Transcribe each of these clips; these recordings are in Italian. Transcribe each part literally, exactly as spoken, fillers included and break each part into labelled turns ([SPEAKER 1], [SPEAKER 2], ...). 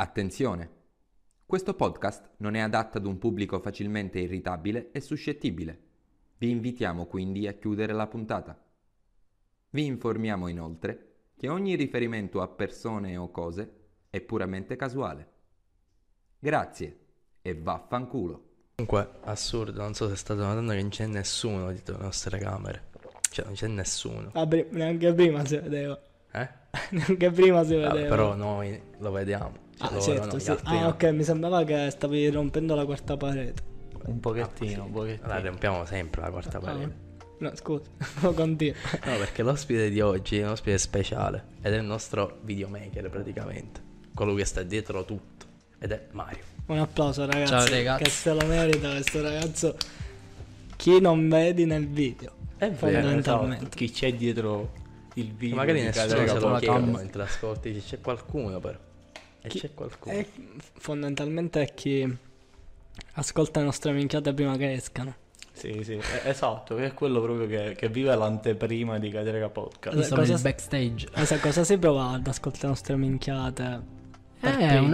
[SPEAKER 1] Attenzione! Questo podcast non è adatto ad un pubblico facilmente irritabile e suscettibile. Vi invitiamo quindi a chiudere la puntata. Vi informiamo inoltre che ogni riferimento a persone o cose è puramente casuale. Grazie e vaffanculo.
[SPEAKER 2] Comunque, assurdo, non so se state notando che non c'è nessuno dietro le nostre camere. Cioè, non c'è nessuno.
[SPEAKER 3] Ah, beh, neanche prima si vedeva.
[SPEAKER 2] Eh?
[SPEAKER 3] Neanche prima si
[SPEAKER 2] Vabbè,
[SPEAKER 3] vedeva.
[SPEAKER 2] però noi lo vediamo. Cioè,
[SPEAKER 3] Ah,
[SPEAKER 2] loro
[SPEAKER 3] certo,
[SPEAKER 2] no,
[SPEAKER 3] sì.
[SPEAKER 2] gli altri
[SPEAKER 3] Ah,
[SPEAKER 2] no.
[SPEAKER 3] ok, mi sembrava che stavi rompendo la quarta parete.
[SPEAKER 4] Un pochettino, un pochettino.
[SPEAKER 2] La rompiamo sempre la quarta
[SPEAKER 3] Ah,
[SPEAKER 2] parete.
[SPEAKER 3] no, scusa, no, continua.
[SPEAKER 2] No, perché l'ospite di oggi è un ospite speciale. Ed è il nostro videomaker praticamente. Colui che sta dietro tutto. Ed è Mario.
[SPEAKER 3] Un applauso, ragazzi.
[SPEAKER 4] Ciao, ragazzi.
[SPEAKER 3] Che se lo merita questo ragazzo. Chi non vedi nel video.
[SPEAKER 2] È
[SPEAKER 3] Fondamentalmente.
[SPEAKER 4] Esatto. Chi c'è dietro il video?
[SPEAKER 2] Magari
[SPEAKER 4] di
[SPEAKER 2] nessuno
[SPEAKER 4] Cadere
[SPEAKER 2] se lo
[SPEAKER 4] Capo-
[SPEAKER 2] chiede
[SPEAKER 4] Cam-
[SPEAKER 2] mentre ascolti. C'è qualcuno però. E
[SPEAKER 3] Chi-
[SPEAKER 2] c'è qualcuno.
[SPEAKER 3] E fondamentalmente è chi ascolta le nostre minchiate prima che escano.
[SPEAKER 4] Sì, sì, eh, esatto, che è quello proprio che, che vive l'anteprima di Cadere Podcast.
[SPEAKER 3] Cosa-
[SPEAKER 5] Insomma, il
[SPEAKER 3] cosa-
[SPEAKER 5] backstage.
[SPEAKER 3] Cosa, cosa si prova ad ascoltare le nostre minchiate? per
[SPEAKER 5] È
[SPEAKER 3] primi?
[SPEAKER 5] una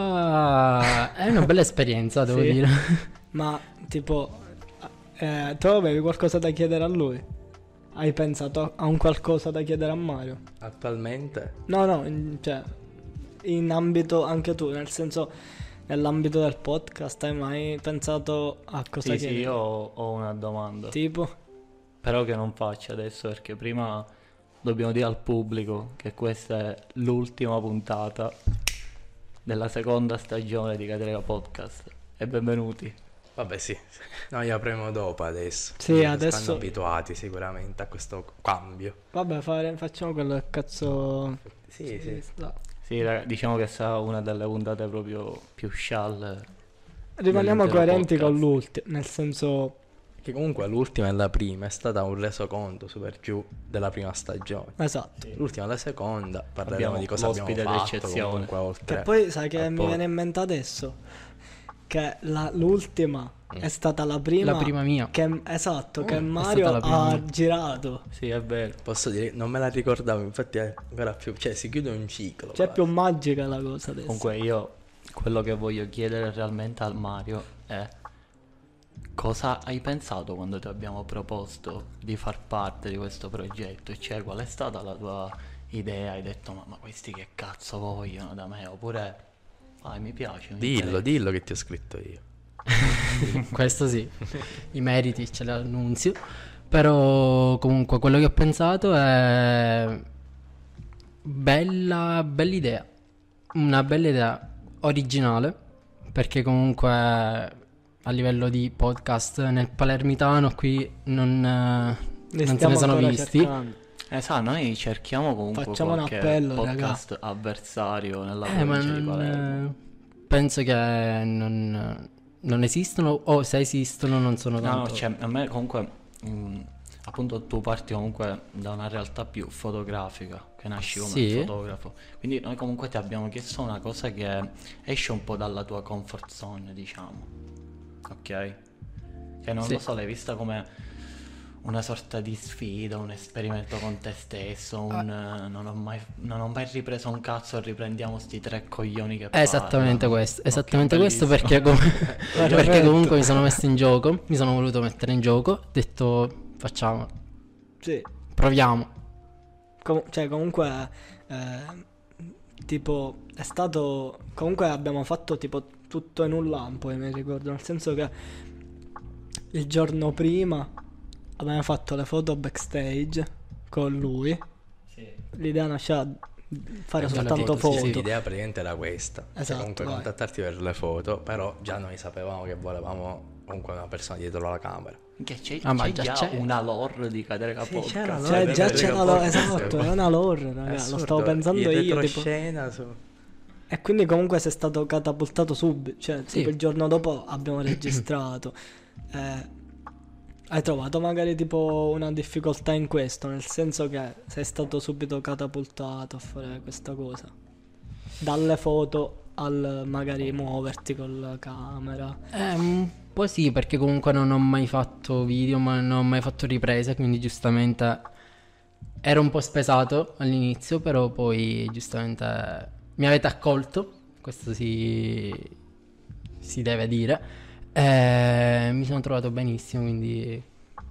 [SPEAKER 5] bella. È una bella esperienza, devo
[SPEAKER 3] Sì.
[SPEAKER 5] dire.
[SPEAKER 3] Ma tipo, eh, tu avevi qualcosa da chiedere a lui? Hai pensato a un qualcosa da chiedere a Mario?
[SPEAKER 2] Attualmente
[SPEAKER 3] No, no, in, cioè, in ambito anche tu, nel senso, nell'ambito del podcast, hai mai pensato a cosa
[SPEAKER 4] Sì,
[SPEAKER 3] chiedere?
[SPEAKER 4] sì, io ho, ho una domanda.
[SPEAKER 3] Tipo?
[SPEAKER 4] Però che non faccio adesso perché prima dobbiamo dire al pubblico che questa è l'ultima puntata della seconda stagione di Cadere Podcast. E benvenuti.
[SPEAKER 2] Vabbè sì, noi apriamo dopo adesso.
[SPEAKER 3] Sì,
[SPEAKER 2] Quindi
[SPEAKER 3] adesso-
[SPEAKER 2] stanno abituati sicuramente a questo cambio.
[SPEAKER 3] Vabbè, fare- facciamo quello che cazzo...
[SPEAKER 2] Sì, sì.
[SPEAKER 3] sta.
[SPEAKER 4] Sì, raga, diciamo che sarà una delle puntate proprio più scialle.
[SPEAKER 3] Rimaniamo
[SPEAKER 4] Dell'intero
[SPEAKER 3] coerenti con
[SPEAKER 4] podcast.
[SPEAKER 3] l'ultimo, nel senso...
[SPEAKER 2] Che comunque l'ultima e la prima è stata un resoconto su per giù della prima stagione.
[SPEAKER 3] Esatto.
[SPEAKER 2] L'ultima e la seconda parleremo
[SPEAKER 4] Abbiamo
[SPEAKER 2] di cosa abbiamo
[SPEAKER 4] l'ospite
[SPEAKER 2] fatto
[SPEAKER 4] d'eccezione.
[SPEAKER 2] comunque oltre.
[SPEAKER 3] Che poi sai che
[SPEAKER 2] al
[SPEAKER 3] mi
[SPEAKER 2] po-
[SPEAKER 3] viene in mente adesso? Che la- l'ultima
[SPEAKER 2] Mm.
[SPEAKER 3] è stata la prima...
[SPEAKER 5] La prima mia.
[SPEAKER 3] Che, esatto, che
[SPEAKER 5] Mm, è
[SPEAKER 3] Mario
[SPEAKER 5] stata la prima
[SPEAKER 3] ha
[SPEAKER 5] mia.
[SPEAKER 3] girato.
[SPEAKER 4] Sì, è vero.
[SPEAKER 2] Posso dire, non me la ricordavo, infatti è ancora più, cioè si chiude un ciclo.
[SPEAKER 3] C'è
[SPEAKER 2] quasi.
[SPEAKER 3] più magica la cosa adesso.
[SPEAKER 4] Comunque io quello che voglio chiedere realmente al Mario è cosa hai pensato quando ti abbiamo proposto di far parte di questo progetto? Cioè qual è stata la tua idea? Hai detto ma, ma questi che cazzo vogliono da me? Oppure ah, mi piace, mi
[SPEAKER 2] Dillo,
[SPEAKER 4] interessa.
[SPEAKER 2] dillo che ti ho scritto io.
[SPEAKER 5] Questo sì. I meriti ce li annunzio. Però comunque quello che ho pensato è. Bella, bella idea. Una bella idea originale. Perché comunque a livello di podcast nel palermitano qui non, eh,
[SPEAKER 3] Li
[SPEAKER 5] non se
[SPEAKER 3] stiamo
[SPEAKER 5] ne sono
[SPEAKER 3] ancora
[SPEAKER 5] visti.
[SPEAKER 3] cercando.
[SPEAKER 4] Eh sa, noi cerchiamo comunque
[SPEAKER 3] Facciamo un
[SPEAKER 4] qualche
[SPEAKER 3] appello,
[SPEAKER 4] podcast avversario nella
[SPEAKER 5] Eh, ma
[SPEAKER 4] provincia di
[SPEAKER 5] non,
[SPEAKER 4] Palermo.
[SPEAKER 5] eh, penso che non, non esistono, o se esistono non sono
[SPEAKER 4] No, no,
[SPEAKER 5] tanto.
[SPEAKER 4] cioè, a me comunque, mh, appunto tu parti comunque da una realtà più fotografica, che nasci come
[SPEAKER 5] Sì.
[SPEAKER 4] fotografo, quindi noi comunque ti abbiamo chiesto una cosa che esce un po' dalla tua comfort zone, diciamo, ok? Che non
[SPEAKER 5] Sì.
[SPEAKER 4] lo so, l'hai vista come una sorta di sfida, un esperimento con te stesso, un eh, non, ho mai, non ho mai ripreso un cazzo e riprendiamo sti tre coglioni che
[SPEAKER 5] È esattamente
[SPEAKER 4] parlano.
[SPEAKER 5] questo,
[SPEAKER 4] Ok,
[SPEAKER 5] esattamente questo
[SPEAKER 4] bellissimo.
[SPEAKER 5] perché, com- perché
[SPEAKER 3] Perfetto.
[SPEAKER 5] comunque mi sono messo in gioco, mi sono voluto mettere in gioco, ho detto facciamo,
[SPEAKER 3] Sì.
[SPEAKER 5] proviamo.
[SPEAKER 3] Com- cioè comunque eh, tipo è stato comunque abbiamo fatto tipo tutto in un lampo, mi ricordo, nel senso che il giorno prima abbiamo fatto le foto backstage con lui. L'idea nasceva fare
[SPEAKER 5] Quelle
[SPEAKER 3] soltanto
[SPEAKER 5] foto,
[SPEAKER 3] foto.
[SPEAKER 5] sì, sì,
[SPEAKER 2] L'idea praticamente era questa. Cioè,
[SPEAKER 3] Esatto,
[SPEAKER 2] comunque
[SPEAKER 3] vai.
[SPEAKER 2] contattarti per le foto, però già noi sapevamo che volevamo comunque una persona dietro la camera.
[SPEAKER 4] Che c'è,
[SPEAKER 5] Ah, ma
[SPEAKER 4] c'è
[SPEAKER 5] già
[SPEAKER 4] già,
[SPEAKER 5] c'è.
[SPEAKER 4] una lore di Cadere Capo.
[SPEAKER 2] Sì, c'era
[SPEAKER 3] Cioè
[SPEAKER 2] Allora,
[SPEAKER 3] già
[SPEAKER 2] vedere
[SPEAKER 3] c'era
[SPEAKER 2] che
[SPEAKER 3] lo-
[SPEAKER 2] podcast
[SPEAKER 3] esatto,
[SPEAKER 2] è-
[SPEAKER 3] è una lore, raga, lo
[SPEAKER 2] Assurdo,
[SPEAKER 3] stavo pensando
[SPEAKER 2] in
[SPEAKER 3] io tipo.
[SPEAKER 2] retroscena su...
[SPEAKER 3] E quindi comunque sei stato catapultato subito, cioè
[SPEAKER 5] Sì.
[SPEAKER 3] tipo il giorno dopo abbiamo registrato. Eh, hai trovato magari tipo una difficoltà in questo, nel senso che sei stato subito catapultato a fare questa cosa? Dalle foto al magari muoverti con la camera.
[SPEAKER 5] Eh, un po' sì, perché comunque non ho mai fatto video, ma non ho mai fatto riprese, quindi giustamente ero un po' spesato all'inizio, però poi giustamente mi avete accolto questo si, si deve dire. E mi sono trovato benissimo, quindi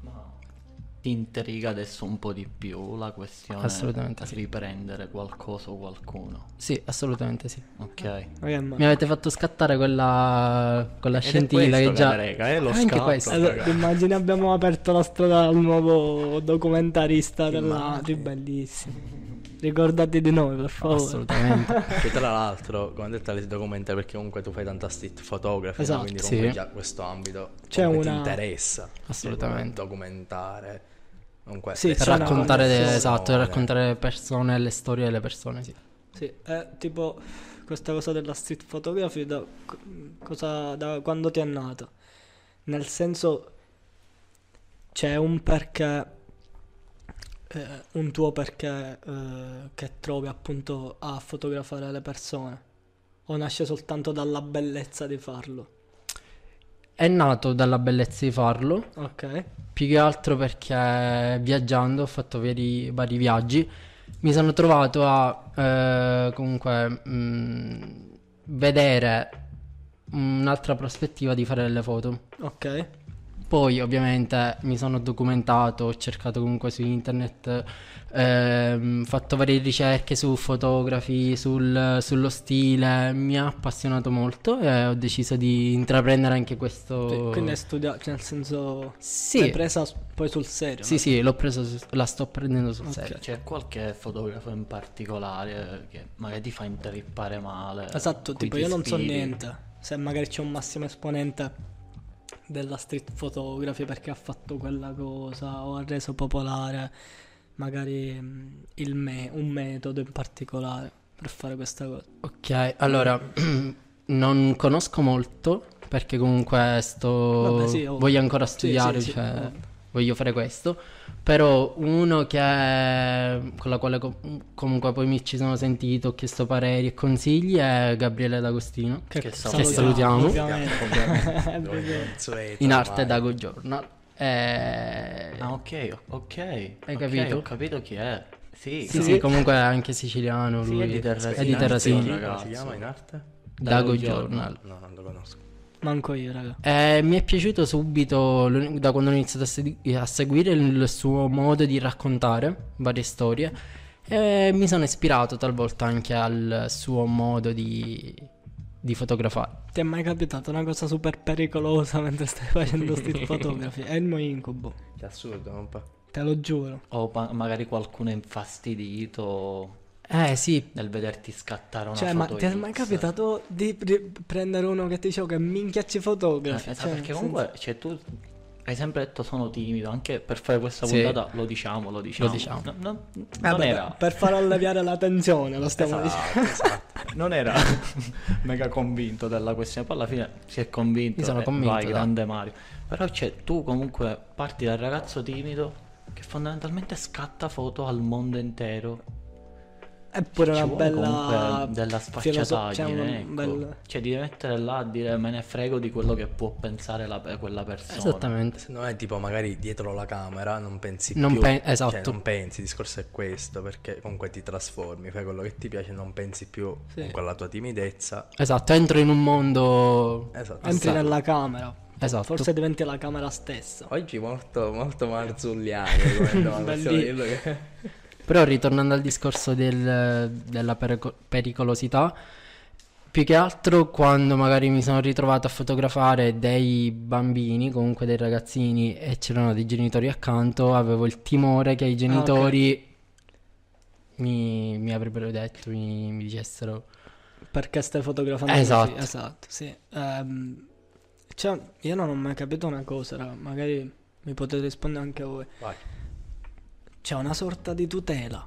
[SPEAKER 4] Ti intriga adesso un po' di più la questione
[SPEAKER 5] Assolutamente
[SPEAKER 4] di
[SPEAKER 5] sì.
[SPEAKER 4] riprendere qualcosa o qualcuno.
[SPEAKER 5] sì, assolutamente sì.
[SPEAKER 4] Ok.
[SPEAKER 3] Ma che ma-
[SPEAKER 5] Mi avete fatto scattare quella, quella
[SPEAKER 4] Ed è
[SPEAKER 5] scintilla
[SPEAKER 4] questo
[SPEAKER 5] che già...
[SPEAKER 4] rega, è lo
[SPEAKER 5] Anche
[SPEAKER 4] scatto,
[SPEAKER 5] questo.
[SPEAKER 3] Allora,
[SPEAKER 4] raga.
[SPEAKER 3] immagini abbiamo aperto la strada al nuovo documentarista della
[SPEAKER 4] Immagini.
[SPEAKER 3] bellissimo. Ricordati di noi, per favore.
[SPEAKER 5] Assolutamente.
[SPEAKER 2] Che tra l'altro, come detto, ti documenta perché comunque tu fai tanta street photography, no?
[SPEAKER 3] Esatto.
[SPEAKER 2] Quindi comunque
[SPEAKER 5] Sì.
[SPEAKER 2] già questo ambito
[SPEAKER 3] C'è
[SPEAKER 2] comunque
[SPEAKER 3] una-
[SPEAKER 2] ti interessa.
[SPEAKER 5] Assolutamente.
[SPEAKER 2] Documentare. Comunque
[SPEAKER 3] Sì,
[SPEAKER 2] le
[SPEAKER 5] Per
[SPEAKER 3] c'è una
[SPEAKER 5] raccontare, de-
[SPEAKER 3] connessione.
[SPEAKER 5] esatto, raccontare le persone, le storie delle persone, sì.
[SPEAKER 3] Sì, è tipo questa cosa della street photography da, cosa, da quando ti è nata? Nel senso c'è un perché, eh, un tuo perché eh, che trovi appunto a fotografare le persone? O nasce soltanto dalla bellezza di farlo?
[SPEAKER 5] È nato dalla bellezza di farlo,
[SPEAKER 3] Ok,
[SPEAKER 5] più che altro perché viaggiando ho fatto vari, vari viaggi, mi sono trovato a eh, comunque mh, vedere un'altra prospettiva di fare delle foto.
[SPEAKER 3] ok.
[SPEAKER 5] Poi ovviamente mi sono documentato, ho cercato comunque su internet, ehm, fatto varie ricerche su fotografi, sul- sullo stile, mi ha appassionato molto e ho deciso di intraprendere anche questo...
[SPEAKER 3] Sì, quindi hai studiato, cioè nel senso
[SPEAKER 5] Sì.
[SPEAKER 3] l'hai presa s- poi sul serio?
[SPEAKER 5] Sì,
[SPEAKER 3] no?
[SPEAKER 5] sì, l'ho preso, su- la sto prendendo sul
[SPEAKER 3] Ok.
[SPEAKER 5] serio.
[SPEAKER 4] C'è qualche fotografo in particolare che magari ti fa intrippare male?
[SPEAKER 3] Esatto,
[SPEAKER 4] cui
[SPEAKER 3] tipo
[SPEAKER 4] ti
[SPEAKER 3] io non so
[SPEAKER 4] ispiri?
[SPEAKER 3] niente. Se magari c'è un massimo esponente della street photography perché ha fatto quella cosa o ha reso popolare magari mh, il me- un metodo in particolare per fare questa cosa.
[SPEAKER 5] Ok, allora, non conosco molto perché comunque sto...
[SPEAKER 3] Vabbè, sì, oh.
[SPEAKER 5] voglio ancora
[SPEAKER 3] Sì,
[SPEAKER 5] studiare,
[SPEAKER 3] sì, sì,
[SPEAKER 5] cioè
[SPEAKER 3] oh.
[SPEAKER 5] voglio fare questo. Però uno che con la quale co- comunque poi mi ci sono sentito, ho chiesto pareri e consigli è Gabriele D'Agostino,
[SPEAKER 4] Che
[SPEAKER 5] salutiamo.
[SPEAKER 3] ovviamente.
[SPEAKER 5] in
[SPEAKER 2] in
[SPEAKER 5] arte Dago Journal. E...
[SPEAKER 4] Ah, ok, ok. Hai
[SPEAKER 5] capito?
[SPEAKER 4] Ho capito chi è. Sì,
[SPEAKER 5] Sì, sì, comunque è anche siciliano
[SPEAKER 4] Sì,
[SPEAKER 5] lui.
[SPEAKER 4] è di Terrasini.
[SPEAKER 5] È di Terrasini.
[SPEAKER 4] ragazzo.
[SPEAKER 2] Si chiama in arte?
[SPEAKER 5] Dago
[SPEAKER 4] Dago
[SPEAKER 5] Journal.
[SPEAKER 2] No, non lo conosco.
[SPEAKER 3] Manco io, raga.
[SPEAKER 5] Eh, mi è piaciuto subito l'uni- da quando ho iniziato a, segu- a seguire il suo modo di raccontare varie storie e mi sono ispirato talvolta anche al suo modo di, di fotografare.
[SPEAKER 3] Ti è mai capitata una cosa super pericolosa mentre stai facendo street photography? È il mio incubo,
[SPEAKER 2] Che assurdo, non pa-
[SPEAKER 3] te lo giuro.
[SPEAKER 4] O ma- magari qualcuno è infastidito
[SPEAKER 5] Eh sì,
[SPEAKER 4] nel vederti scattare una
[SPEAKER 3] Cioè, ma
[SPEAKER 4] foto
[SPEAKER 3] ti è mai
[SPEAKER 4] X.
[SPEAKER 3] capitato di pri- prendere uno che ti diceva che minchia ci
[SPEAKER 4] Eh,
[SPEAKER 3] fotografi?
[SPEAKER 4] esatto,
[SPEAKER 3] Cioè,
[SPEAKER 4] perché
[SPEAKER 3] nel
[SPEAKER 4] comunque cioè, tu hai sempre detto sono timido, anche per fare questa
[SPEAKER 5] Sì.
[SPEAKER 4] puntata lo diciamo, lo diciamo.
[SPEAKER 5] diciamo.
[SPEAKER 4] No, no,
[SPEAKER 3] senso-
[SPEAKER 4] non
[SPEAKER 3] Vabbè,
[SPEAKER 4] era
[SPEAKER 3] per far alleviare la tensione, lo stiamo dicendo.
[SPEAKER 4] Esatto, esatto. Non era mega convinto della questione, poi alla fine si è convinto.
[SPEAKER 5] Mi sono
[SPEAKER 4] e
[SPEAKER 5] convinto,
[SPEAKER 4] vai,
[SPEAKER 5] dai.
[SPEAKER 4] grande Mario. Però c'è, tu comunque parti dal ragazzo timido che fondamentalmente scatta foto al mondo intero.
[SPEAKER 3] È pure
[SPEAKER 4] Ci
[SPEAKER 3] una
[SPEAKER 4] vuole
[SPEAKER 3] bella
[SPEAKER 4] comunque della
[SPEAKER 3] filoso-
[SPEAKER 4] sfacciataggine,
[SPEAKER 3] cioè, un
[SPEAKER 4] ecco.
[SPEAKER 3] bel-
[SPEAKER 4] Cioè di mettere là a dire me ne frego di quello che può pensare la- quella persona.
[SPEAKER 5] esattamente.
[SPEAKER 2] Se no è tipo magari dietro la camera non pensi
[SPEAKER 5] Non
[SPEAKER 2] più.
[SPEAKER 5] pe- esatto.
[SPEAKER 2] Cioè non pensi, il discorso è questo, perché comunque ti trasformi, fai quello che ti piace, non pensi più
[SPEAKER 3] Sì.
[SPEAKER 2] con la tua timidezza.
[SPEAKER 5] Esatto, entro in un mondo...
[SPEAKER 2] Esatto.
[SPEAKER 3] Entri
[SPEAKER 5] Esatto.
[SPEAKER 3] nella camera.
[SPEAKER 5] Esatto.
[SPEAKER 3] Forse diventi la camera stessa.
[SPEAKER 2] Oggi molto, molto marzulliano come domanda, possiamo
[SPEAKER 3] Belli-
[SPEAKER 2] dirlo che...
[SPEAKER 5] Però ritornando al discorso del- della perico- pericolosità, più che altro quando magari mi sono ritrovato a fotografare dei bambini, comunque dei ragazzini, e c'erano dei genitori accanto, avevo il timore che i genitori mi, mi avrebbero detto, mi, mi dicessero...
[SPEAKER 3] Perché stai fotografando
[SPEAKER 5] Esatto.
[SPEAKER 3] così? Esatto, sì. Ehm, cioè, io non ho mai capito una cosa, raga. Magari mi potete rispondere anche voi.
[SPEAKER 2] Vai.
[SPEAKER 3] C'è una sorta di tutela.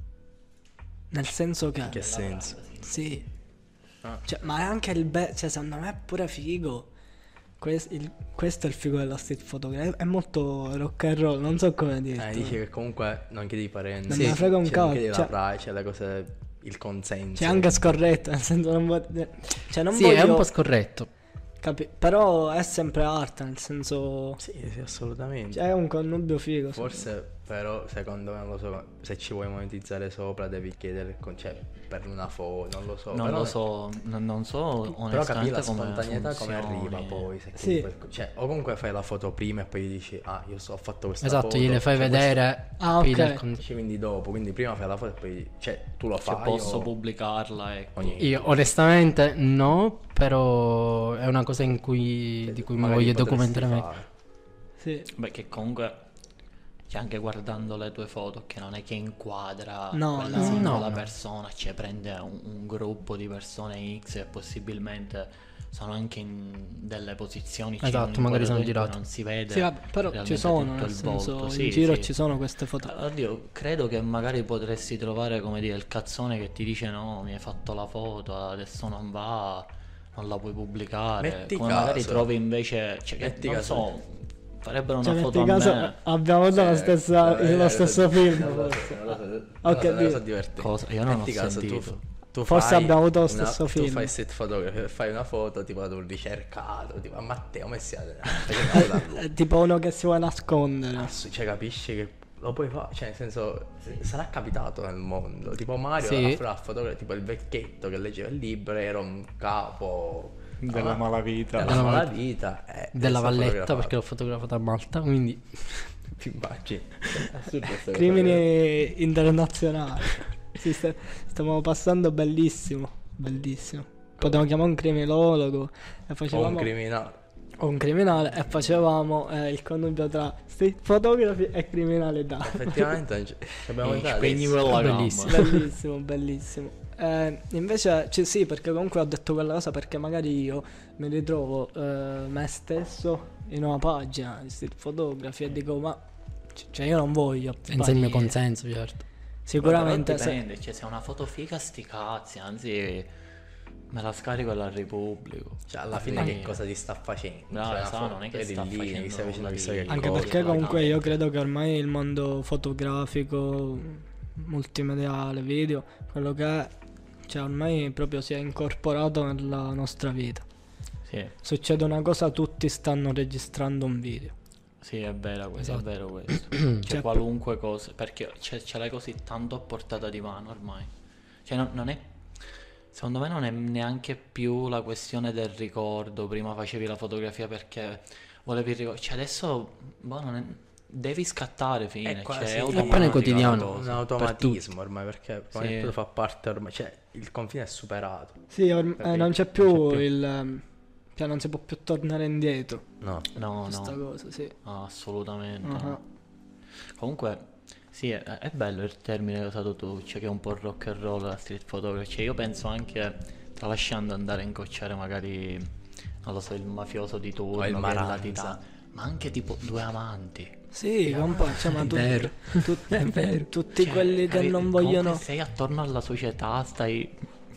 [SPEAKER 3] Nel senso che...
[SPEAKER 2] Che senso?
[SPEAKER 3] Sì.
[SPEAKER 2] Ah.
[SPEAKER 3] Cioè, ma è anche il be... Cioè, secondo me è pure figo. Ques- il- Questo è il figo della street photography. È molto rock and roll, non so come
[SPEAKER 2] Eh,
[SPEAKER 3] dirti.
[SPEAKER 2] dici che comunque non chiedi ai parenti.
[SPEAKER 3] Non me ne frega un
[SPEAKER 2] Cioè,
[SPEAKER 3] cazzo,
[SPEAKER 2] non chiedi
[SPEAKER 3] cioè-
[SPEAKER 2] la privacy, le cose, il consenso.
[SPEAKER 3] C'è anche scorretto, nel senso non vuoi... Cioè, non
[SPEAKER 5] Sì,
[SPEAKER 3] voglio...
[SPEAKER 5] è un po' scorretto.
[SPEAKER 3] capi- Però è sempre arte, nel senso...
[SPEAKER 2] Sì, sì, assolutamente.
[SPEAKER 3] Cioè, è un connubio figo.
[SPEAKER 2] Forse Però secondo me non lo so, se ci vuoi monetizzare sopra devi chiedere il con- cioè, per una foto, non lo so.
[SPEAKER 4] Non
[SPEAKER 2] però
[SPEAKER 4] lo
[SPEAKER 2] è-
[SPEAKER 4] so, non, non so
[SPEAKER 2] Però
[SPEAKER 4] onestamente
[SPEAKER 2] capì la
[SPEAKER 4] come
[SPEAKER 2] spontaneità come
[SPEAKER 4] funzioni.
[SPEAKER 2] arriva poi. Se
[SPEAKER 3] Sì.
[SPEAKER 2] chiedi quel- cioè, o comunque fai la foto prima e poi gli dici, ah, io so, ho fatto questa
[SPEAKER 5] Esatto,
[SPEAKER 2] foto.
[SPEAKER 5] gliele fai
[SPEAKER 2] cioè,
[SPEAKER 5] vedere.
[SPEAKER 3] Ah,
[SPEAKER 5] poi
[SPEAKER 3] ok.
[SPEAKER 5] del con-
[SPEAKER 2] questo- ci quindi dopo, quindi prima fai la foto e poi, cioè, tu lo
[SPEAKER 4] Cioè,
[SPEAKER 2] fai.
[SPEAKER 4] posso
[SPEAKER 2] o-
[SPEAKER 4] pubblicarla, ecco.
[SPEAKER 2] ogni-
[SPEAKER 5] Io onestamente no, però è una cosa in cui, di cui mi
[SPEAKER 2] magari
[SPEAKER 5] voglio
[SPEAKER 2] potresti
[SPEAKER 5] documentare meglio.
[SPEAKER 2] fare.
[SPEAKER 3] Sì.
[SPEAKER 4] Beh, che comunque, cioè, anche guardando le tue foto, che non è che inquadra
[SPEAKER 3] No,
[SPEAKER 4] quella
[SPEAKER 3] no,
[SPEAKER 4] singola
[SPEAKER 5] no, no.
[SPEAKER 4] persona, cioè prende un, un gruppo di persone X e possibilmente sono anche in delle posizioni C,
[SPEAKER 5] Esatto,
[SPEAKER 4] un
[SPEAKER 5] magari sono
[SPEAKER 4] inquadrato in cui
[SPEAKER 5] girate.
[SPEAKER 4] non si vede
[SPEAKER 3] Sì, vabbè, però ci
[SPEAKER 4] realmente
[SPEAKER 3] sono,
[SPEAKER 4] tutto
[SPEAKER 3] nel
[SPEAKER 4] il
[SPEAKER 3] senso,
[SPEAKER 4] volto.
[SPEAKER 3] in
[SPEAKER 4] Sì,
[SPEAKER 3] giro
[SPEAKER 4] sì.
[SPEAKER 3] ci sono queste foto.
[SPEAKER 4] Oddio, credo che magari potresti trovare, come dire, il cazzone che ti dice no, mi hai fatto la foto, adesso non va, non la puoi pubblicare.
[SPEAKER 2] Metti
[SPEAKER 4] Come magari
[SPEAKER 2] caso.
[SPEAKER 4] trovi invece, cioè, che
[SPEAKER 2] Metti
[SPEAKER 4] non
[SPEAKER 2] caso.
[SPEAKER 4] so, farebbero una
[SPEAKER 3] Cioè,
[SPEAKER 4] foto
[SPEAKER 3] metti
[SPEAKER 4] a
[SPEAKER 3] caso,
[SPEAKER 4] me.
[SPEAKER 3] abbiamo avuto la
[SPEAKER 2] Sì,
[SPEAKER 3] stessa,
[SPEAKER 2] eh,
[SPEAKER 3] lo
[SPEAKER 2] eh,
[SPEAKER 3] stesso
[SPEAKER 2] eh,
[SPEAKER 3] film,
[SPEAKER 2] non lo so,
[SPEAKER 3] forse.
[SPEAKER 2] non lo so, non lo
[SPEAKER 3] Ok,
[SPEAKER 2] so, non lo so
[SPEAKER 3] di-
[SPEAKER 2] divertente.
[SPEAKER 4] Cosa? Io non ho
[SPEAKER 2] Metti caso, tu,
[SPEAKER 4] sentito.
[SPEAKER 2] tu
[SPEAKER 3] Forse
[SPEAKER 2] fai
[SPEAKER 3] abbiamo avuto lo
[SPEAKER 2] una-
[SPEAKER 3] stesso
[SPEAKER 2] tu
[SPEAKER 3] film.
[SPEAKER 2] fai street photography e fai una foto tipo ad un ricercato, tipo a Matteo Messia, perché non da lui.
[SPEAKER 3] È tipo uno che si vuole nascondere.
[SPEAKER 2] Ass- cioè capisci che lo puoi fare, cioè nel senso sarà capitato nel mondo, tipo Mario
[SPEAKER 5] Sì.
[SPEAKER 2] la fotografia, tipo il vecchietto che leggeva il libro era un capo
[SPEAKER 4] Della
[SPEAKER 2] ah,
[SPEAKER 4] malavita.
[SPEAKER 2] della
[SPEAKER 5] Della
[SPEAKER 2] malavita eh,
[SPEAKER 5] Della
[SPEAKER 2] e si è
[SPEAKER 5] Valletta,
[SPEAKER 2] fotografato.
[SPEAKER 5] perché l'ho fotografata a Malta, quindi
[SPEAKER 2] ti immagini. Assurdo questa cosa.
[SPEAKER 3] Crimini internazionali. Sì, sta- stiamo passando bellissimo, bellissimo. Potremmo chiamare un criminologo e
[SPEAKER 2] O
[SPEAKER 3] facevamo
[SPEAKER 2] un criminale.
[SPEAKER 3] o un criminale e facevamo eh, il connubio tra street photography e criminalità.
[SPEAKER 2] Effettivamente non c'è- abbiamo
[SPEAKER 4] Eh,
[SPEAKER 2] già
[SPEAKER 4] spegni
[SPEAKER 2] adesso.
[SPEAKER 4] quella
[SPEAKER 5] Bellissimo.
[SPEAKER 4] gamba.
[SPEAKER 3] Bellissimo, bellissimo. Eh, invece ci- sì, perché comunque ho detto quella cosa perché magari io mi ritrovo eh, me stesso in una pagina di street photography e dico ma c- cioè io non voglio
[SPEAKER 5] senza il mio
[SPEAKER 3] apparire.
[SPEAKER 5] consenso, certo.
[SPEAKER 3] Sicuramente
[SPEAKER 4] Però
[SPEAKER 3] se-
[SPEAKER 4] dipende, cioè se è una foto figa sti cazzi, anzi me la scarico e la ripubblico.
[SPEAKER 2] Cioè alla fine
[SPEAKER 4] Quindi-
[SPEAKER 2] che cosa ti sta facendo?
[SPEAKER 4] No,
[SPEAKER 2] Cioè, una
[SPEAKER 4] sa,
[SPEAKER 2] foto,
[SPEAKER 4] non è che
[SPEAKER 2] eri
[SPEAKER 4] sta
[SPEAKER 2] lì,
[SPEAKER 4] facendo
[SPEAKER 2] stai facendo
[SPEAKER 4] nulla
[SPEAKER 2] chissà
[SPEAKER 4] di-
[SPEAKER 2] che
[SPEAKER 3] anche
[SPEAKER 2] cosa.
[SPEAKER 3] perché
[SPEAKER 4] cosa,
[SPEAKER 3] comunque
[SPEAKER 4] dai.
[SPEAKER 3] io credo che ormai il mondo fotografico, multimediale, video, quello che è, cioè ormai proprio si è incorporato nella nostra vita.
[SPEAKER 4] Sì,
[SPEAKER 3] Succede una cosa, tutti stanno registrando un video.
[SPEAKER 4] sì, è vero questo,
[SPEAKER 5] Esatto.
[SPEAKER 4] è vero questo. Cioè
[SPEAKER 3] Cioè,
[SPEAKER 4] qualunque cosa, perché ce, ce l'hai così tanto a portata di mano ormai. Cioè non, non è, secondo me non è neanche più la questione del ricordo, prima facevi la fotografia perché volevi il ricordo, cioè adesso, boh, non è, devi scattare fine,
[SPEAKER 2] È quasi-
[SPEAKER 4] cioè è
[SPEAKER 2] è
[SPEAKER 4] automatica
[SPEAKER 5] appena
[SPEAKER 4] la
[SPEAKER 5] quotidiano.
[SPEAKER 4] cosa.
[SPEAKER 2] Un automatismo ormai perché come
[SPEAKER 4] Sì.
[SPEAKER 2] tutto fa parte ormai, cioè il confine è superato.
[SPEAKER 3] sì, orm- eh,
[SPEAKER 2] Capito?
[SPEAKER 3] non c'è
[SPEAKER 2] Non
[SPEAKER 3] più
[SPEAKER 2] c'è più.
[SPEAKER 3] il... ehm, cioè non si può più tornare indietro.
[SPEAKER 2] No.
[SPEAKER 4] No,
[SPEAKER 3] Questa
[SPEAKER 4] no,
[SPEAKER 3] cosa, sì.
[SPEAKER 4] no, assolutamente.
[SPEAKER 3] Ah,
[SPEAKER 4] no. Comunque, sì, è, è bello il termine che hai usato tu, cioè che è un po' rock and roll la street photography. Cioè io penso anche, tralasciando andare a incocciare magari, non lo so, il mafioso di turno,
[SPEAKER 2] O il
[SPEAKER 4] che è
[SPEAKER 2] Maranza.
[SPEAKER 4] latitante, ma anche tipo due amanti.
[SPEAKER 3] Sì, un po', cioè, ma
[SPEAKER 5] È
[SPEAKER 3] tu-
[SPEAKER 5] vero.
[SPEAKER 3] tut-
[SPEAKER 5] È vero.
[SPEAKER 3] tutti
[SPEAKER 4] Cioè,
[SPEAKER 3] quelli che
[SPEAKER 4] capi-
[SPEAKER 3] non
[SPEAKER 4] comunque
[SPEAKER 3] vogliono...
[SPEAKER 4] sei attorno alla società, stai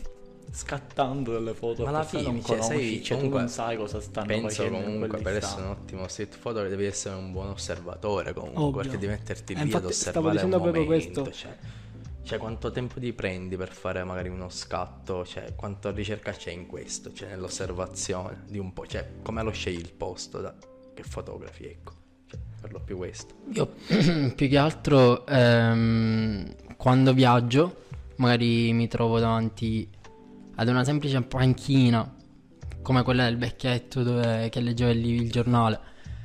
[SPEAKER 4] scattando delle foto,
[SPEAKER 2] Ma alla
[SPEAKER 4] persone
[SPEAKER 2] fine,
[SPEAKER 4] non
[SPEAKER 2] cioè,
[SPEAKER 4] conosci,
[SPEAKER 2] sei-
[SPEAKER 4] cioè
[SPEAKER 2] comunque,
[SPEAKER 4] tu non sai cosa stanno
[SPEAKER 2] Penso
[SPEAKER 4] facendo in
[SPEAKER 2] comunque per essere un
[SPEAKER 4] quell'istante.
[SPEAKER 2] ottimo street photographer devi essere un buon osservatore comunque,
[SPEAKER 3] Ovvio.
[SPEAKER 2] perché devi metterti
[SPEAKER 3] Eh,
[SPEAKER 2] lì ad
[SPEAKER 3] infatti stavo
[SPEAKER 2] osservare
[SPEAKER 3] dicendo
[SPEAKER 2] un
[SPEAKER 3] proprio
[SPEAKER 2] momento,
[SPEAKER 3] questo.
[SPEAKER 2] Cioè, cioè, quanto tempo ti prendi per fare magari uno scatto, cioè quanta ricerca c'è in questo, cioè nell'osservazione di un po', cioè come lo scegli il posto da, che fotografi, ecco, cioè, per lo più questo.
[SPEAKER 5] Io più che altro ehm, quando viaggio magari mi trovo davanti ad una semplice panchina come quella del vecchietto dove, che leggeva il, il giornale.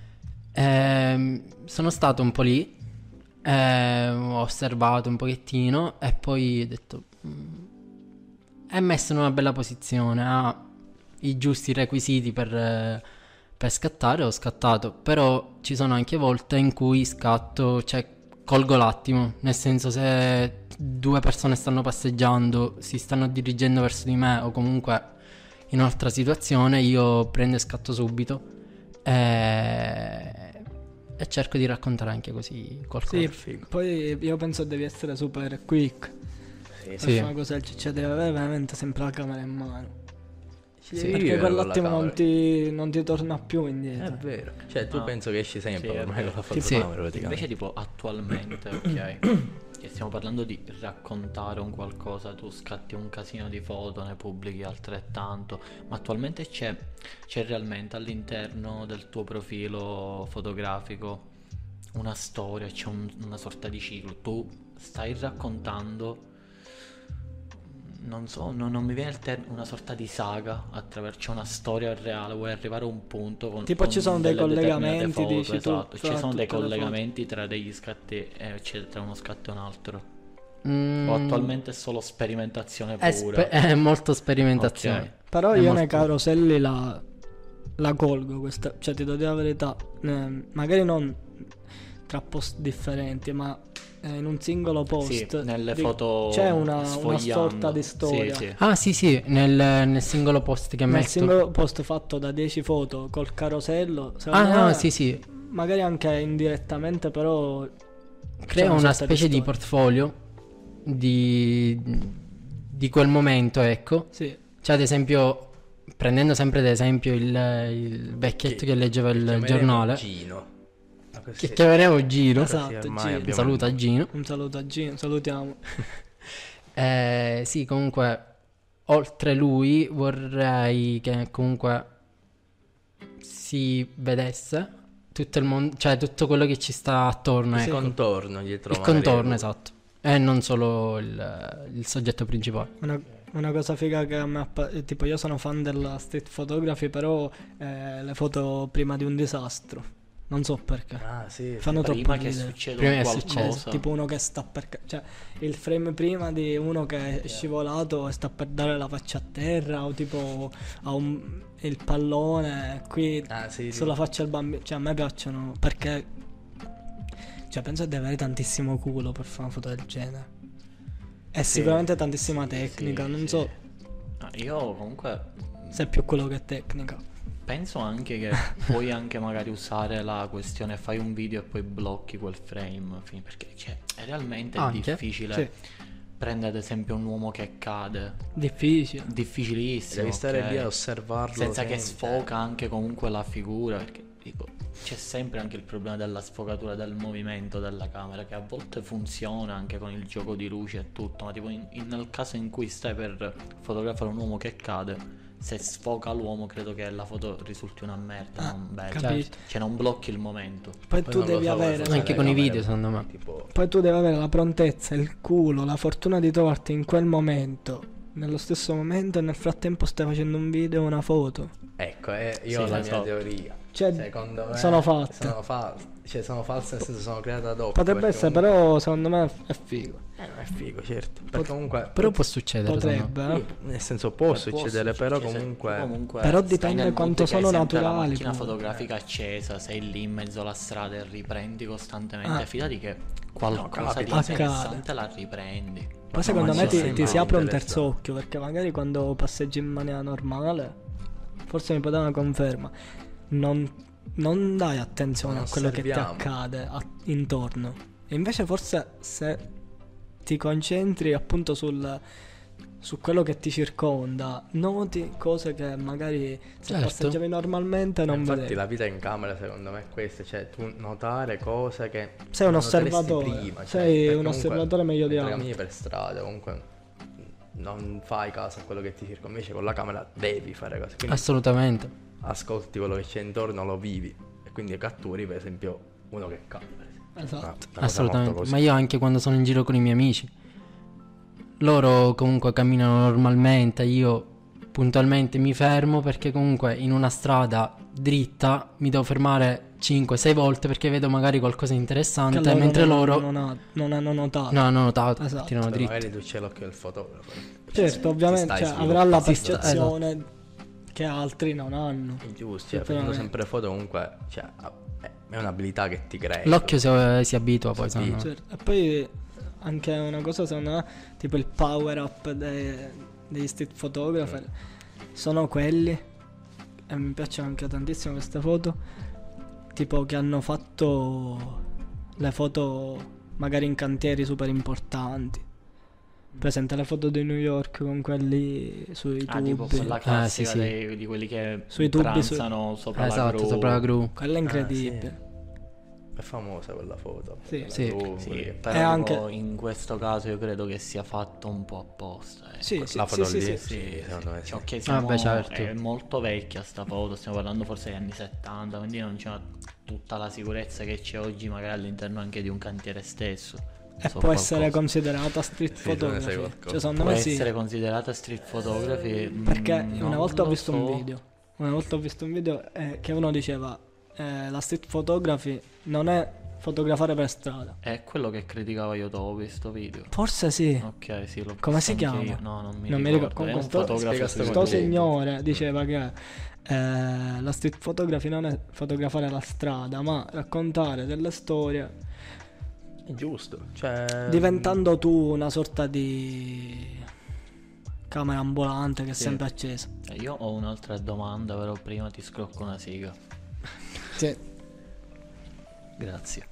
[SPEAKER 5] Ehm, sono stato un po' lì, ehm, ho osservato un pochettino e poi ho detto "Mm, è messo in una bella posizione, ha i giusti requisiti per, eh, per scattare, ho scattato. Però ci sono anche volte in cui scatto, cioè colgo l'attimo, nel senso se due persone stanno passeggiando, si stanno dirigendo verso di me o comunque in un'altra situazione, io prendo e scatto subito e, e cerco di raccontare anche così qualcosa.
[SPEAKER 3] Sì, poi io penso devi essere super quick.
[SPEAKER 2] Sì,
[SPEAKER 3] Per
[SPEAKER 5] Sì.
[SPEAKER 3] fare una cosa del cioè devi avere veramente sempre la camera in mano.
[SPEAKER 2] Ci
[SPEAKER 3] Sì,
[SPEAKER 2] devi
[SPEAKER 3] perché
[SPEAKER 2] vivere con la
[SPEAKER 3] quell'attimo non
[SPEAKER 2] camera.
[SPEAKER 3] ti, non ti torna più
[SPEAKER 2] È
[SPEAKER 3] indietro.
[SPEAKER 2] vero, cioè tu
[SPEAKER 4] Ah.
[SPEAKER 2] penso che esci sempre
[SPEAKER 4] Sì, è
[SPEAKER 2] ormai
[SPEAKER 4] vero.
[SPEAKER 2] con la
[SPEAKER 3] Sì,
[SPEAKER 2] fotocamera
[SPEAKER 3] sì.
[SPEAKER 2] praticamente.
[SPEAKER 4] Invece tipo attualmente, ok, che stiamo parlando di raccontare un qualcosa, tu scatti un casino di foto, ne pubblichi altrettanto, ma attualmente c'è, c'è realmente all'interno del tuo profilo fotografico una storia, c'è un- una sorta di ciclo. Tu stai raccontando, non so, non, non mi viene il termine, una sorta di saga attraverso una storia reale, vuoi arrivare a un punto con,
[SPEAKER 3] Tipo
[SPEAKER 4] con
[SPEAKER 3] ci sono dei
[SPEAKER 4] delle determinate
[SPEAKER 3] collegamenti,
[SPEAKER 4] foto,
[SPEAKER 3] dici tu,
[SPEAKER 4] esatto, ci
[SPEAKER 3] fra
[SPEAKER 4] sono dei
[SPEAKER 3] tutte le foto.
[SPEAKER 4] collegamenti tra degli scatti, eh, c'è tra uno scatto e un altro.
[SPEAKER 5] Mm,
[SPEAKER 4] O attualmente è solo sperimentazione
[SPEAKER 5] è,
[SPEAKER 4] pura?
[SPEAKER 5] spe- è molto sperimentazione.
[SPEAKER 4] Ok.
[SPEAKER 3] Però
[SPEAKER 5] È
[SPEAKER 3] io
[SPEAKER 5] molto-
[SPEAKER 3] nei caroselli la, la colgo questa, cioè ti devo dire la verità, eh, magari non tra post differenti, ma eh, in un singolo post
[SPEAKER 4] Sì, nelle
[SPEAKER 3] di-
[SPEAKER 4] foto
[SPEAKER 3] c'è una, una
[SPEAKER 4] sfogliando.
[SPEAKER 3] sorta di storia.
[SPEAKER 4] Sì, sì.
[SPEAKER 5] Ah sì sì, nel, nel singolo post che
[SPEAKER 3] Nel
[SPEAKER 5] metto.
[SPEAKER 3] singolo post fatto da dieci foto col carosello,
[SPEAKER 5] Ah
[SPEAKER 3] secondo
[SPEAKER 5] no,
[SPEAKER 3] me,
[SPEAKER 5] sì sì,
[SPEAKER 3] magari anche indirettamente, però c'è
[SPEAKER 5] crea una
[SPEAKER 3] sorta
[SPEAKER 5] specie di
[SPEAKER 3] storia.
[SPEAKER 5] portfolio di, di quel momento, ecco.
[SPEAKER 3] Sì,
[SPEAKER 5] Cioè ad esempio, prendendo sempre ad esempio il, il vecchietto che, leggeva il
[SPEAKER 2] chiameremo
[SPEAKER 5] giornale,
[SPEAKER 2] Gino. Ma così-
[SPEAKER 5] che chiameremo Gino.
[SPEAKER 3] esatto,
[SPEAKER 2] ormai
[SPEAKER 3] Gino.
[SPEAKER 5] Un
[SPEAKER 2] abbiamo-
[SPEAKER 5] saluto a Gino.
[SPEAKER 3] Un saluto a Gino, salutiamo.
[SPEAKER 5] Eh, sì, comunque, oltre lui vorrei che comunque si vedesse tutto il mondo, cioè tutto quello che ci sta attorno,
[SPEAKER 2] Il
[SPEAKER 5] ecco.
[SPEAKER 2] contorno dietro
[SPEAKER 5] Il
[SPEAKER 2] magari
[SPEAKER 5] contorno,
[SPEAKER 2] lui.
[SPEAKER 5] esatto. E non solo il, il soggetto principale.
[SPEAKER 3] Una, una cosa figa che a me appa- eh, tipo io sono fan della street photography, però eh, le foto prima di un disastro. Non so perché.
[SPEAKER 2] Ah, sì.
[SPEAKER 3] Fanno
[SPEAKER 4] Prima
[SPEAKER 3] troppo
[SPEAKER 4] che
[SPEAKER 3] ridere.
[SPEAKER 4] succeda
[SPEAKER 5] Prima che
[SPEAKER 4] qualcosa.
[SPEAKER 5] succeda.
[SPEAKER 3] Tipo uno che sta per ca- cioè il frame prima di uno che è scivolato e sta per dare la faccia a terra, o tipo ha un, il pallone qui
[SPEAKER 2] Ah, sì,
[SPEAKER 3] sulla faccia del bambino. Cioè a me piacciono perché, cioè penso di avere tantissimo culo per fare una foto del genere. E
[SPEAKER 2] Sì,
[SPEAKER 3] sicuramente tantissima
[SPEAKER 2] sì,
[SPEAKER 3] tecnica,
[SPEAKER 2] sì,
[SPEAKER 3] non
[SPEAKER 2] sì.
[SPEAKER 3] so
[SPEAKER 4] Ah, io comunque
[SPEAKER 3] se è più quello che tecnica.
[SPEAKER 4] penso anche che puoi anche magari usare la questione fai un video e poi blocchi quel frame, fin- perché cioè, è realmente
[SPEAKER 5] Anche?
[SPEAKER 4] difficile.
[SPEAKER 3] Sì.
[SPEAKER 4] Prende ad esempio un uomo che cade,
[SPEAKER 3] Difficile.
[SPEAKER 4] difficilissimo.
[SPEAKER 2] Devi stare
[SPEAKER 4] ok?
[SPEAKER 2] lì a osservarlo
[SPEAKER 4] senza che
[SPEAKER 2] sempre.
[SPEAKER 4] sfoca anche comunque la figura, perché dico, c'è sempre anche il problema della sfocatura del movimento della camera, che a volte funziona anche con il gioco di luce e tutto, ma tipo in- in- nel caso in cui stai per fotografare un uomo che cade, se sfoca l'uomo credo che la foto risulti una merda,
[SPEAKER 3] Ah,
[SPEAKER 4] non bella.
[SPEAKER 3] capisci.
[SPEAKER 4] Cioè non blocchi il momento.
[SPEAKER 3] Poi,
[SPEAKER 2] Poi
[SPEAKER 3] tu
[SPEAKER 2] non lo
[SPEAKER 3] devi
[SPEAKER 2] so,
[SPEAKER 3] avere
[SPEAKER 2] forse
[SPEAKER 5] Anche
[SPEAKER 2] le
[SPEAKER 5] con i
[SPEAKER 2] camere,
[SPEAKER 5] video, secondo me.
[SPEAKER 2] Tipo,
[SPEAKER 3] Poi tu devi avere la prontezza, il culo, la fortuna di trovarti in quel momento, nello stesso momento, e nel frattempo stai facendo un video o una foto.
[SPEAKER 2] ecco, eh, io
[SPEAKER 4] Sì,
[SPEAKER 2] ho la
[SPEAKER 4] lo
[SPEAKER 2] mia
[SPEAKER 4] so.
[SPEAKER 2] teoria.
[SPEAKER 3] Cioè,
[SPEAKER 2] Secondo me
[SPEAKER 3] sono fatte.
[SPEAKER 2] Sono false. Cioè, sono false nel senso sono create ad hoc.
[SPEAKER 3] Potrebbe
[SPEAKER 2] perché
[SPEAKER 3] essere,
[SPEAKER 2] comunque-
[SPEAKER 3] però secondo me è figo.
[SPEAKER 2] Eh, no, è figo, certo. Perché comunque.
[SPEAKER 5] Però può succedere, secondo me.
[SPEAKER 3] Potrebbe, eh.
[SPEAKER 2] Sì, nel senso può
[SPEAKER 4] Beh,
[SPEAKER 2] succedere, però
[SPEAKER 4] cioè, se
[SPEAKER 2] comunque.
[SPEAKER 4] tu comunque
[SPEAKER 3] Però
[SPEAKER 4] stai
[SPEAKER 3] dipende
[SPEAKER 4] nel
[SPEAKER 3] quanto
[SPEAKER 4] mood che hai
[SPEAKER 3] sono
[SPEAKER 4] sempre
[SPEAKER 3] naturali,
[SPEAKER 4] la macchina
[SPEAKER 3] pure.
[SPEAKER 4] fotografica accesa, sei lì in mezzo alla strada e riprendi costantemente,
[SPEAKER 3] Ah.
[SPEAKER 4] fidati che qualcosa di
[SPEAKER 2] capita.
[SPEAKER 4] interessante la riprendi.
[SPEAKER 3] Poi secondo
[SPEAKER 2] ma
[SPEAKER 3] me
[SPEAKER 2] ci
[SPEAKER 3] ti,
[SPEAKER 2] sono
[SPEAKER 3] ti si
[SPEAKER 2] sempre
[SPEAKER 3] apre un
[SPEAKER 2] interessante.
[SPEAKER 3] terzo occhio, perché magari quando passeggi in maniera normale, forse mi può dare una conferma, non, non dai attenzione
[SPEAKER 2] Non
[SPEAKER 3] a quello che ti
[SPEAKER 2] osserviamo.
[SPEAKER 3] accade a- intorno. E invece forse se ti concentri appunto sul, su quello che ti circonda, noti cose che magari se
[SPEAKER 5] Certo.
[SPEAKER 3] passeggiavi normalmente non
[SPEAKER 2] Infatti
[SPEAKER 3] vedevi.
[SPEAKER 2] la vita in camera secondo me è questa, cioè tu notare cose che
[SPEAKER 3] Sei un
[SPEAKER 2] non noteresti
[SPEAKER 3] osservatore,
[SPEAKER 2] prima, cioè,
[SPEAKER 3] sei
[SPEAKER 2] perché
[SPEAKER 3] un
[SPEAKER 2] comunque
[SPEAKER 3] osservatore meglio di
[SPEAKER 2] mentre
[SPEAKER 3] altri.
[SPEAKER 2] cammini per strada, comunque non fai caso a quello che ti circonda, invece con la camera devi fare cose, quindi
[SPEAKER 5] Assolutamente.
[SPEAKER 2] ascolti quello che c'è intorno, lo vivi e quindi catturi per esempio uno che cade. per esempio.
[SPEAKER 3] Esatto.
[SPEAKER 2] Una- una cosa molto
[SPEAKER 5] Assolutamente.
[SPEAKER 2] così.
[SPEAKER 5] Ma io anche quando sono in giro con i miei amici, loro comunque camminano normalmente, io puntualmente mi fermo perché comunque in una strada dritta mi devo fermare cinque sei volte perché vedo magari qualcosa di
[SPEAKER 3] Che
[SPEAKER 5] interessante,
[SPEAKER 3] loro
[SPEAKER 5] mentre
[SPEAKER 3] non,
[SPEAKER 5] loro
[SPEAKER 3] non, ha- non hanno notato.
[SPEAKER 5] no, hanno notato,
[SPEAKER 3] Esatto.
[SPEAKER 5] tirano
[SPEAKER 2] Poi
[SPEAKER 5] dritto.
[SPEAKER 2] magari tu c'è l'occhio del fotografo.
[SPEAKER 3] Certo,
[SPEAKER 2] Si
[SPEAKER 3] ovviamente
[SPEAKER 2] sta
[SPEAKER 3] cioè, avrà la
[SPEAKER 2] sviluppando.
[SPEAKER 5] Si sta-
[SPEAKER 3] percezione che altri non hanno.
[SPEAKER 2] È giusto,
[SPEAKER 3] Sì,
[SPEAKER 2] cioè, facendo
[SPEAKER 3] veramente.
[SPEAKER 2] sempre foto comunque cioè, è- è un'abilità che ti crei.
[SPEAKER 5] L'occhio si, si abitua poi,
[SPEAKER 2] Sì.
[SPEAKER 5] secondo me.
[SPEAKER 3] Certo. E poi anche una cosa secondo me, tipo il power up dei- degli street photographer, sono quelli, e mi piacciono anche tantissimo queste foto, tipo che hanno fatto le foto magari in cantieri super importanti. Presente le foto di New York con quelli sui
[SPEAKER 4] Ah, tipo
[SPEAKER 3] tubi.
[SPEAKER 4] quella
[SPEAKER 5] Ah,
[SPEAKER 4] classica
[SPEAKER 5] sì, sì.
[SPEAKER 4] dei- di quelli che
[SPEAKER 3] Sui tubi, su-
[SPEAKER 4] pranzano sopra la
[SPEAKER 5] Esatto,
[SPEAKER 4] gru.
[SPEAKER 5] sopra la gru.
[SPEAKER 3] Quella è incredibile.
[SPEAKER 2] Ah, È famosa quella foto.
[SPEAKER 3] Sì.
[SPEAKER 2] Quella
[SPEAKER 5] Sì.
[SPEAKER 2] tu,
[SPEAKER 4] Sì,
[SPEAKER 2] quelli che-
[SPEAKER 4] però
[SPEAKER 3] E
[SPEAKER 4] tipo,
[SPEAKER 3] anche-
[SPEAKER 4] in questo caso io credo che sia fatto un po' apposta. eh.
[SPEAKER 3] Sì, sì,
[SPEAKER 2] la
[SPEAKER 3] sì,
[SPEAKER 2] foto
[SPEAKER 3] sì,
[SPEAKER 2] lì,
[SPEAKER 3] sì.
[SPEAKER 2] sì, secondo me sì.
[SPEAKER 4] Ok, siamo,
[SPEAKER 5] Vabbè, certo.
[SPEAKER 4] è molto vecchia sta foto, stiamo parlando forse degli anni settanta, quindi non c'è tutta la sicurezza che c'è oggi magari all'interno anche di un cantiere stesso.
[SPEAKER 3] E
[SPEAKER 4] So
[SPEAKER 3] può essere
[SPEAKER 4] qualcosa.
[SPEAKER 3] considerata street
[SPEAKER 2] Sì, se ne sai
[SPEAKER 3] photography.
[SPEAKER 2] qualcosa.
[SPEAKER 3] Cioè, secondo
[SPEAKER 4] Può
[SPEAKER 3] me sì.
[SPEAKER 4] essere considerata street photography?
[SPEAKER 3] Perché
[SPEAKER 4] Mm,
[SPEAKER 3] una
[SPEAKER 4] non
[SPEAKER 3] volta ho
[SPEAKER 4] lo
[SPEAKER 3] visto un
[SPEAKER 4] so.
[SPEAKER 3] video. Una volta ho visto un video eh, che uno diceva eh, la street photography non è fotografare per strada.
[SPEAKER 4] È quello che criticavo io dopo questo video.
[SPEAKER 3] Forse sì.
[SPEAKER 4] Ok, sì, l'ho
[SPEAKER 3] Come
[SPEAKER 4] visto
[SPEAKER 3] si
[SPEAKER 4] anche
[SPEAKER 3] chiama?
[SPEAKER 4] io. No, non mi
[SPEAKER 3] Non mi
[SPEAKER 4] ricordo.
[SPEAKER 3] ricordo.
[SPEAKER 4] È
[SPEAKER 3] Comunque
[SPEAKER 4] un
[SPEAKER 3] sto-
[SPEAKER 4] fotografo
[SPEAKER 2] spiega
[SPEAKER 4] sui
[SPEAKER 2] sto
[SPEAKER 3] Sto
[SPEAKER 2] concetto.
[SPEAKER 3] signore diceva che eh, la street photography non è fotografare la strada, ma raccontare delle storie,
[SPEAKER 2] È giusto. Cioè,
[SPEAKER 3] diventando tu una sorta di camera ambulante che è
[SPEAKER 4] Sì.
[SPEAKER 3] sempre accesa.
[SPEAKER 4] Eh, Io ho un'altra domanda, però prima ti scrocco una siga.
[SPEAKER 3] Sì.
[SPEAKER 4] Grazie.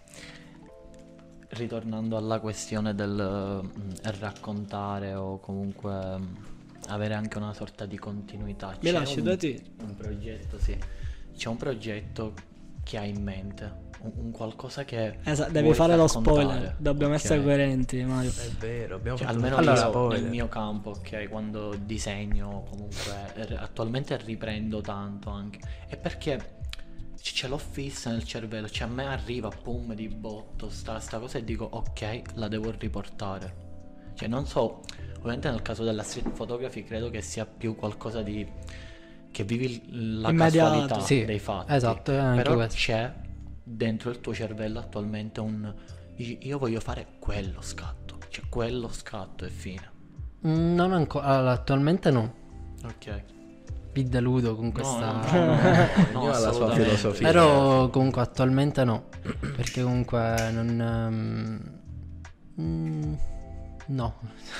[SPEAKER 4] Ritornando alla questione del mm, raccontare o comunque mm, avere anche una sorta di continuità.
[SPEAKER 3] Mi
[SPEAKER 4] C'è
[SPEAKER 3] lasci
[SPEAKER 4] un,
[SPEAKER 3] due tiri?
[SPEAKER 4] un progetto, sì. C'è un progetto che hai in mente, un, un qualcosa che
[SPEAKER 3] Esatto, devi
[SPEAKER 4] vuoi
[SPEAKER 3] fare lo
[SPEAKER 4] raccontare.
[SPEAKER 3] spoiler. Dobbiamo
[SPEAKER 4] Ok.
[SPEAKER 3] essere coerenti, Mario.
[SPEAKER 2] È vero, abbiamo
[SPEAKER 4] Cioè,
[SPEAKER 2] fatto
[SPEAKER 4] almeno
[SPEAKER 2] un
[SPEAKER 4] io
[SPEAKER 2] spoiler.
[SPEAKER 4] nel mio campo, ok, quando disegno comunque r- attualmente riprendo tanto anche. E perché c- ce l'ho fissa nel cervello, cioè a me arriva pum di botto sta, sta cosa e dico ok, la devo riportare. Cioè non so, ovviamente nel caso della street photography credo che sia più qualcosa di che vivi l- la
[SPEAKER 3] Immediato.
[SPEAKER 4] casualità
[SPEAKER 5] Sì,
[SPEAKER 4] dei fatti.
[SPEAKER 5] esatto, è anche
[SPEAKER 4] Però
[SPEAKER 5] questo.
[SPEAKER 4] c'è dentro il tuo cervello attualmente un dici, io voglio fare quello scatto, cioè quello scatto e fine.
[SPEAKER 5] Mm, non ancora, allora, attualmente no.
[SPEAKER 4] Ok.
[SPEAKER 5] Vi deludo con
[SPEAKER 4] No,
[SPEAKER 5] questa...
[SPEAKER 4] no, no, no, no,
[SPEAKER 2] Ognuno ha la sua
[SPEAKER 4] assolutamente.
[SPEAKER 2] filosofia.
[SPEAKER 5] Però comunque attualmente no, perché comunque non... ehm, mm, no.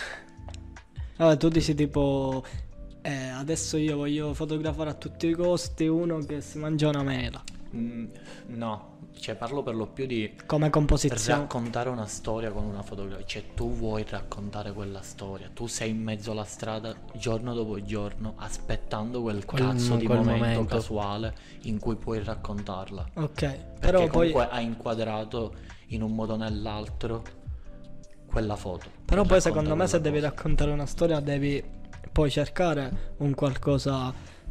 [SPEAKER 3] Vabbè, tu dici tipo eh, adesso io voglio fotografare a tutti i costi uno che si mangia una mela.
[SPEAKER 4] Mm, no, cioè parlo per lo più di
[SPEAKER 3] Come composizione.
[SPEAKER 4] raccontare una storia con una fotografia. Cioè tu vuoi raccontare quella storia, tu sei in mezzo alla strada giorno dopo giorno aspettando quel,
[SPEAKER 5] Quel-
[SPEAKER 4] cazzo di
[SPEAKER 5] quel
[SPEAKER 4] momento,
[SPEAKER 5] momento.
[SPEAKER 4] casuale in cui puoi raccontarla.
[SPEAKER 3] Ok,
[SPEAKER 4] Perché
[SPEAKER 3] però poi
[SPEAKER 4] comunque hai inquadrato in un modo o nell'altro quella foto.
[SPEAKER 3] Però
[SPEAKER 4] che
[SPEAKER 3] poi
[SPEAKER 4] racconta
[SPEAKER 3] secondo me se
[SPEAKER 4] quella
[SPEAKER 3] devi
[SPEAKER 4] cosa.
[SPEAKER 3] raccontare una storia devi poi cercare un qualcosa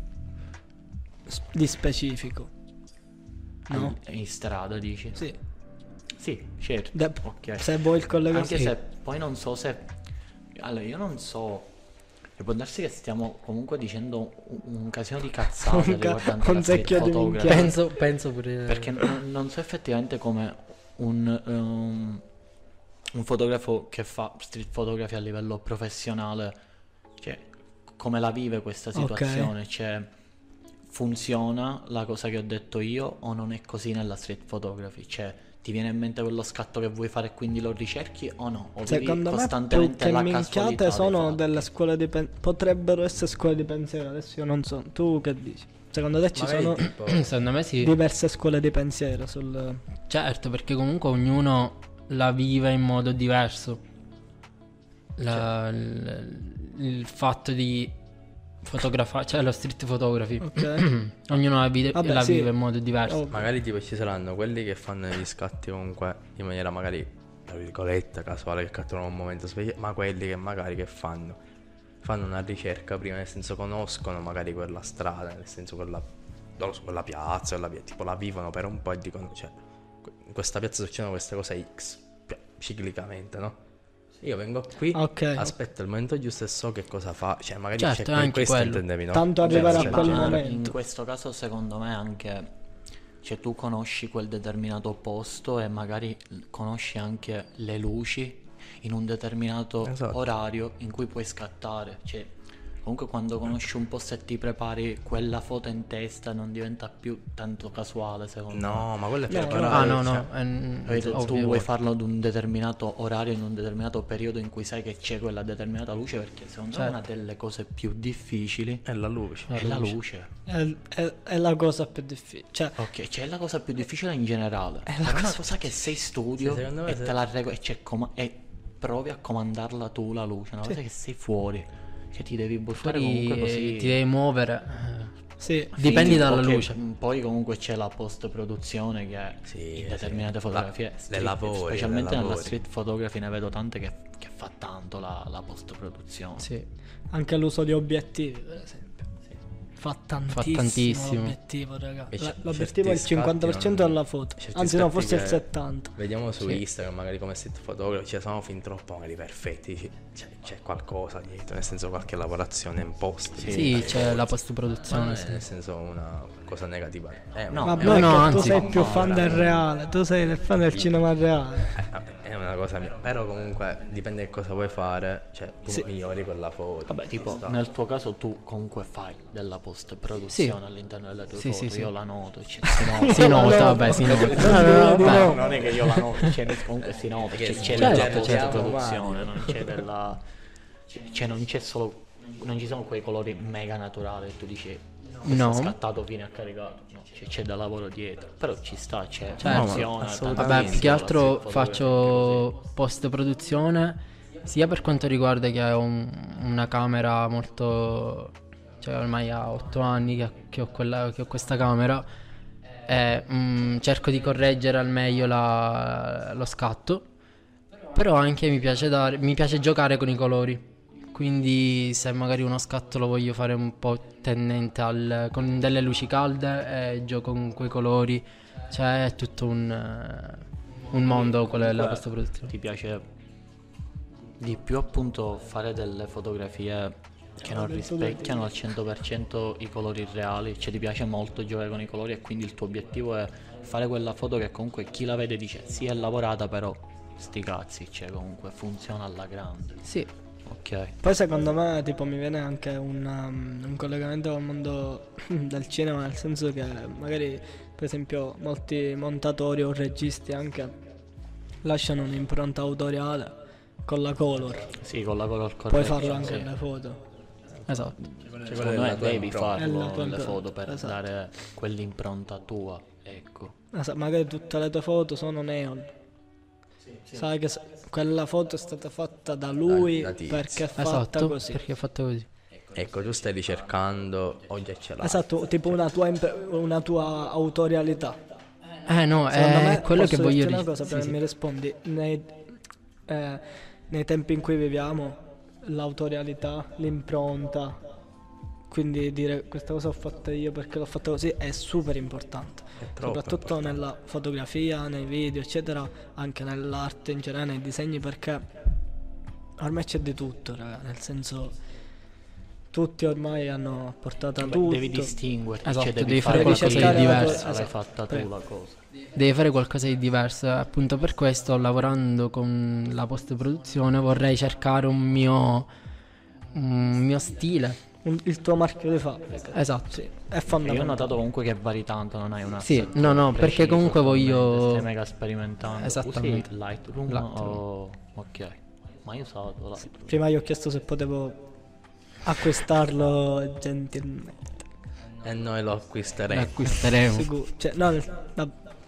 [SPEAKER 3] s- di specifico. No?
[SPEAKER 4] Ah, in strada dici?
[SPEAKER 3] Sì.
[SPEAKER 4] Sì, certo.
[SPEAKER 3] De-
[SPEAKER 4] Ok.
[SPEAKER 3] Se vuoi il collegamento.
[SPEAKER 4] Anche se poi non so se allora io non so e può darsi che stiamo comunque dicendo un, un casino di cazzate
[SPEAKER 3] Un ca-
[SPEAKER 4] riguardante
[SPEAKER 3] un
[SPEAKER 4] la street
[SPEAKER 3] secchio di
[SPEAKER 4] photography.
[SPEAKER 3] minchia.
[SPEAKER 5] Penso, penso pure...
[SPEAKER 4] Perché non, non so effettivamente come un, um, un fotografo che fa street photography a livello professionale, cioè come la vive questa
[SPEAKER 3] Ok.
[SPEAKER 4] situazione, cioè funziona la cosa che ho detto io o non è così nella street photography, cioè ti viene in mente quello scatto che vuoi fare e quindi lo ricerchi o no? O vivi
[SPEAKER 3] Secondo me più
[SPEAKER 4] costantemente
[SPEAKER 3] che
[SPEAKER 4] la casualità
[SPEAKER 3] minchiate
[SPEAKER 4] dei
[SPEAKER 3] sono
[SPEAKER 4] fatti?
[SPEAKER 3] delle scuole di pensiero. Potrebbero essere scuole di pensiero, adesso io non so. Tu che dici? Secondo te ci
[SPEAKER 2] Magari
[SPEAKER 3] sono
[SPEAKER 2] tipo-
[SPEAKER 5] Secondo me sì.
[SPEAKER 3] diverse scuole di pensiero sul...
[SPEAKER 5] Certo, perché comunque ognuno la vive in modo diverso. La- il, il fatto di fotografare, cioè la street photography,
[SPEAKER 3] Ok.
[SPEAKER 5] ognuno la, vive,
[SPEAKER 3] Vabbè,
[SPEAKER 5] la
[SPEAKER 3] sì.
[SPEAKER 5] vive in modo diverso.
[SPEAKER 3] Oh,
[SPEAKER 2] Magari tipo ci saranno quelli che fanno gli scatti comunque in maniera magari tra virgolette casuale, che catturano un momento speciale, ma quelli che magari che fanno fanno una ricerca prima, nel senso conoscono magari quella strada, nel senso quella, non lo so, quella piazza, quella via, tipo la vivono per un po' e dicono, cioè in questa piazza succedono queste cose X, cioè, ciclicamente, no? Io vengo qui,
[SPEAKER 3] Ok.
[SPEAKER 2] aspetto il momento giusto e so che cosa fa, cioè magari
[SPEAKER 5] Certo,
[SPEAKER 2] c'è per
[SPEAKER 5] anche
[SPEAKER 2] questo
[SPEAKER 5] quello.
[SPEAKER 2] intendevi, no?
[SPEAKER 3] Tanto
[SPEAKER 2] Cioè,
[SPEAKER 3] arrivare a
[SPEAKER 2] cioè,
[SPEAKER 3] quel
[SPEAKER 4] Ma
[SPEAKER 3] momento.
[SPEAKER 4] in questo caso secondo me anche cioè tu conosci quel determinato posto e magari l- conosci anche le luci in un determinato
[SPEAKER 2] Esatto.
[SPEAKER 4] orario in cui puoi scattare, cioè comunque quando conosci un posto e ti prepari quella foto in testa non diventa più tanto casuale secondo me.
[SPEAKER 2] No, ma quello è
[SPEAKER 3] No,
[SPEAKER 2] preparato.
[SPEAKER 5] Ah no,
[SPEAKER 2] cioè,
[SPEAKER 5] no, è,
[SPEAKER 4] Capito? Tu
[SPEAKER 5] ovvio.
[SPEAKER 4] vuoi farlo ad un determinato orario, in un determinato periodo in cui sai che c'è quella determinata luce, perché secondo me
[SPEAKER 5] Certo.
[SPEAKER 4] una delle cose più difficili
[SPEAKER 2] È la luce.
[SPEAKER 4] è la luce.
[SPEAKER 3] È, è- è la cosa più difficile. Cioè,
[SPEAKER 4] Ok, cioè è la cosa più difficile in generale. È,
[SPEAKER 3] la
[SPEAKER 4] una
[SPEAKER 3] cosa
[SPEAKER 4] cosa che sei in studio
[SPEAKER 2] Sì, secondo me
[SPEAKER 4] e
[SPEAKER 2] se-
[SPEAKER 4] te la regoli e, c'è coma- e provi a comandarla tu la luce. Una cosa
[SPEAKER 3] Sì.
[SPEAKER 4] che sei fuori. Cioè ti devi buttare
[SPEAKER 5] Fuori,
[SPEAKER 4] comunque così.
[SPEAKER 5] ti devi muovere.
[SPEAKER 3] sì.
[SPEAKER 5] Dipendi
[SPEAKER 4] Sì,
[SPEAKER 5] dalla
[SPEAKER 4] ok,
[SPEAKER 5] luce.
[SPEAKER 4] mm, Poi comunque c'è la post produzione che
[SPEAKER 2] Sì,
[SPEAKER 4] in
[SPEAKER 2] sì.
[SPEAKER 4] determinate
[SPEAKER 2] La-
[SPEAKER 4] fotografie
[SPEAKER 2] le
[SPEAKER 4] street-
[SPEAKER 2] lavori,
[SPEAKER 4] specialmente
[SPEAKER 2] le
[SPEAKER 4] nella
[SPEAKER 2] lavori.
[SPEAKER 4] street photography ne vedo tante che, che fa tanto la, la post produzione.
[SPEAKER 3] Sì. Anche l'uso di obiettivi, per esempio. fa tantissimo,
[SPEAKER 5] tantissimo.
[SPEAKER 3] l'obiettivo, raga.
[SPEAKER 2] E
[SPEAKER 3] La-
[SPEAKER 2] cer-
[SPEAKER 3] l'obiettivo è il
[SPEAKER 2] certi
[SPEAKER 3] cinquanta per cento
[SPEAKER 2] scatti non-
[SPEAKER 3] della foto.
[SPEAKER 2] certi
[SPEAKER 3] Anzi no,
[SPEAKER 2] scatti
[SPEAKER 3] forse il
[SPEAKER 2] che
[SPEAKER 3] settanta.
[SPEAKER 2] Vediamo su
[SPEAKER 5] Sì.
[SPEAKER 2] Instagram magari come street photography, cioè sono fin troppo magari perfetti, dici, c'è, c'è qualcosa dietro, nel senso qualche lavorazione in post.
[SPEAKER 5] Sì, c'è la post
[SPEAKER 2] Ma
[SPEAKER 5] produzione,
[SPEAKER 2] non è
[SPEAKER 5] sì.
[SPEAKER 2] nel senso una cosa negativa. Eh,
[SPEAKER 4] No,
[SPEAKER 3] Vabbè,
[SPEAKER 5] no, no,
[SPEAKER 3] che tu
[SPEAKER 5] anzi,
[SPEAKER 3] sei
[SPEAKER 2] no,
[SPEAKER 3] più
[SPEAKER 2] no,
[SPEAKER 3] fan del
[SPEAKER 2] veramente.
[SPEAKER 3] reale, tu sei del fan del cinema reale.
[SPEAKER 2] Eh, vabbè, è una cosa mia, però comunque dipende che cosa vuoi fare, cioè tu
[SPEAKER 3] Sì.
[SPEAKER 2] migliori quella foto.
[SPEAKER 4] Vabbè, tipo,
[SPEAKER 2] Ci sta.
[SPEAKER 4] nel tuo caso tu comunque fai della post-produzione all'interno delle tue
[SPEAKER 5] Sì,
[SPEAKER 4] foto,
[SPEAKER 5] sì, sì.
[SPEAKER 4] io la noto, cioè, si nota.
[SPEAKER 5] Si nota, vabbè, si nota.
[SPEAKER 3] No, no,
[SPEAKER 4] Beh,
[SPEAKER 3] no.
[SPEAKER 4] non è che io la noto, cioè, comunque si nota,
[SPEAKER 2] Che
[SPEAKER 4] c'è, c'è
[SPEAKER 2] certo,
[SPEAKER 4] della
[SPEAKER 2] certo.
[SPEAKER 4] post-produzione, non c'è della... Cioè non c'è solo... non ci sono quei colori mega naturali che tu dici...
[SPEAKER 5] No.
[SPEAKER 4] È scattato fine a caricato, no, c'è, c'è del lavoro dietro, però ci sta, c'è
[SPEAKER 5] Certo,
[SPEAKER 4] funziona,
[SPEAKER 2] assolutamente.
[SPEAKER 5] Vabbè, più che altro
[SPEAKER 4] tantissimo,
[SPEAKER 5] faccio post produzione sia per quanto riguarda che ho un- una camera molto, cioè ormai ha otto anni che, che ho quella, che ho questa camera e mm, cerco di correggere al meglio la- lo scatto, però anche mi piace dare, mi piace giocare con i colori. Quindi se magari uno scatto lo voglio fare un po' tendente al, con delle luci calde e gioco con quei colori, cioè è tutto un, eh, un mondo quello della post produzione.
[SPEAKER 4] Ti piace di più appunto fare delle fotografie che non rispecchiano al cento per cento i colori reali, cioè ti piace molto giocare con i colori e quindi il tuo obiettivo è fare quella foto che comunque chi la vede dice sì è lavorata però sti cazzi, cioè comunque funziona alla grande.
[SPEAKER 5] Sì,
[SPEAKER 4] Ok.
[SPEAKER 3] Poi secondo me tipo mi viene anche un, um, un collegamento col mondo del cinema, nel senso che magari per esempio molti montatori o registi anche lasciano un'impronta autoriale con la color.
[SPEAKER 4] Sì, con la color
[SPEAKER 3] Puoi
[SPEAKER 4] correction,
[SPEAKER 3] farlo anche
[SPEAKER 4] sì.
[SPEAKER 3] nelle foto.
[SPEAKER 5] esatto.
[SPEAKER 2] Cioè,
[SPEAKER 4] Secondo
[SPEAKER 2] quella è
[SPEAKER 4] me
[SPEAKER 2] la tua
[SPEAKER 4] devi
[SPEAKER 2] impronta.
[SPEAKER 3] È la
[SPEAKER 4] farlo
[SPEAKER 3] tua
[SPEAKER 4] nelle
[SPEAKER 3] impronta,
[SPEAKER 4] foto per
[SPEAKER 3] esatto.
[SPEAKER 4] dare quell'impronta tua, ecco.
[SPEAKER 3] Esatto, magari tutte le tue foto sono neon. Sai che s- quella foto è stata fatta da lui
[SPEAKER 2] Da- da tizio.
[SPEAKER 3] perché è fatta
[SPEAKER 5] Esatto,
[SPEAKER 3] così.
[SPEAKER 5] perché è fatto così.
[SPEAKER 2] Ecco, tu stai ricercando, oggi ce l'hai.
[SPEAKER 3] Esatto, tipo una tua, imp- una tua autorialità.
[SPEAKER 5] Eh no,
[SPEAKER 3] Secondo
[SPEAKER 5] è
[SPEAKER 3] me,
[SPEAKER 5] quello che
[SPEAKER 3] posso
[SPEAKER 5] voglio
[SPEAKER 3] dirti una
[SPEAKER 5] dire.
[SPEAKER 3] cosa,
[SPEAKER 5] Sì,
[SPEAKER 3] prima
[SPEAKER 5] sì.
[SPEAKER 3] mi rispondi. Nei, eh, nei tempi in cui viviamo, l'autorialità, l'impronta, quindi dire questa cosa l'ho fatta io perché l'ho fatta così è super importante.
[SPEAKER 2] È troppo
[SPEAKER 3] Soprattutto
[SPEAKER 2] importante.
[SPEAKER 3] nella fotografia, nei video, eccetera, anche nell'arte in generale, nei disegni, perché ormai c'è di tutto, raga, nel senso tutti ormai hanno portato a
[SPEAKER 4] Beh,
[SPEAKER 3] tutto.
[SPEAKER 4] devi distinguerti,
[SPEAKER 5] Esatto,
[SPEAKER 4] cioè devi,
[SPEAKER 5] devi
[SPEAKER 4] fare
[SPEAKER 5] fare
[SPEAKER 3] Devi
[SPEAKER 5] qualcosa di
[SPEAKER 3] cercare la tua-
[SPEAKER 5] diverso.
[SPEAKER 4] l'hai
[SPEAKER 3] esatto,
[SPEAKER 4] fatta
[SPEAKER 3] per-
[SPEAKER 4] tu la cosa.
[SPEAKER 5] Devi fare qualcosa di diverso. Appunto per questo, lavorando con la post produzione, vorrei cercare un mio un mio stile.
[SPEAKER 3] Un- il tuo marchio di fabbrica.
[SPEAKER 5] Esatto.
[SPEAKER 3] Sì, è
[SPEAKER 4] E io ho
[SPEAKER 3] fondamentale.
[SPEAKER 4] notato comunque che vari tanto, non hai una
[SPEAKER 5] Sì, no, no, perché comunque voglio-
[SPEAKER 4] stai mega sperimentando.
[SPEAKER 5] Esattamente.
[SPEAKER 4] Usi Lightroom,
[SPEAKER 5] Lightroom.
[SPEAKER 4] o ok. Ma io ho usato Lightroom.
[SPEAKER 3] Prima gli ho chiesto se potevo acquistarlo gentilmente.
[SPEAKER 2] E noi lo acquisteremo.
[SPEAKER 5] L'acquisteremo.
[SPEAKER 3] Sicuro. Cioè, no, nel- la-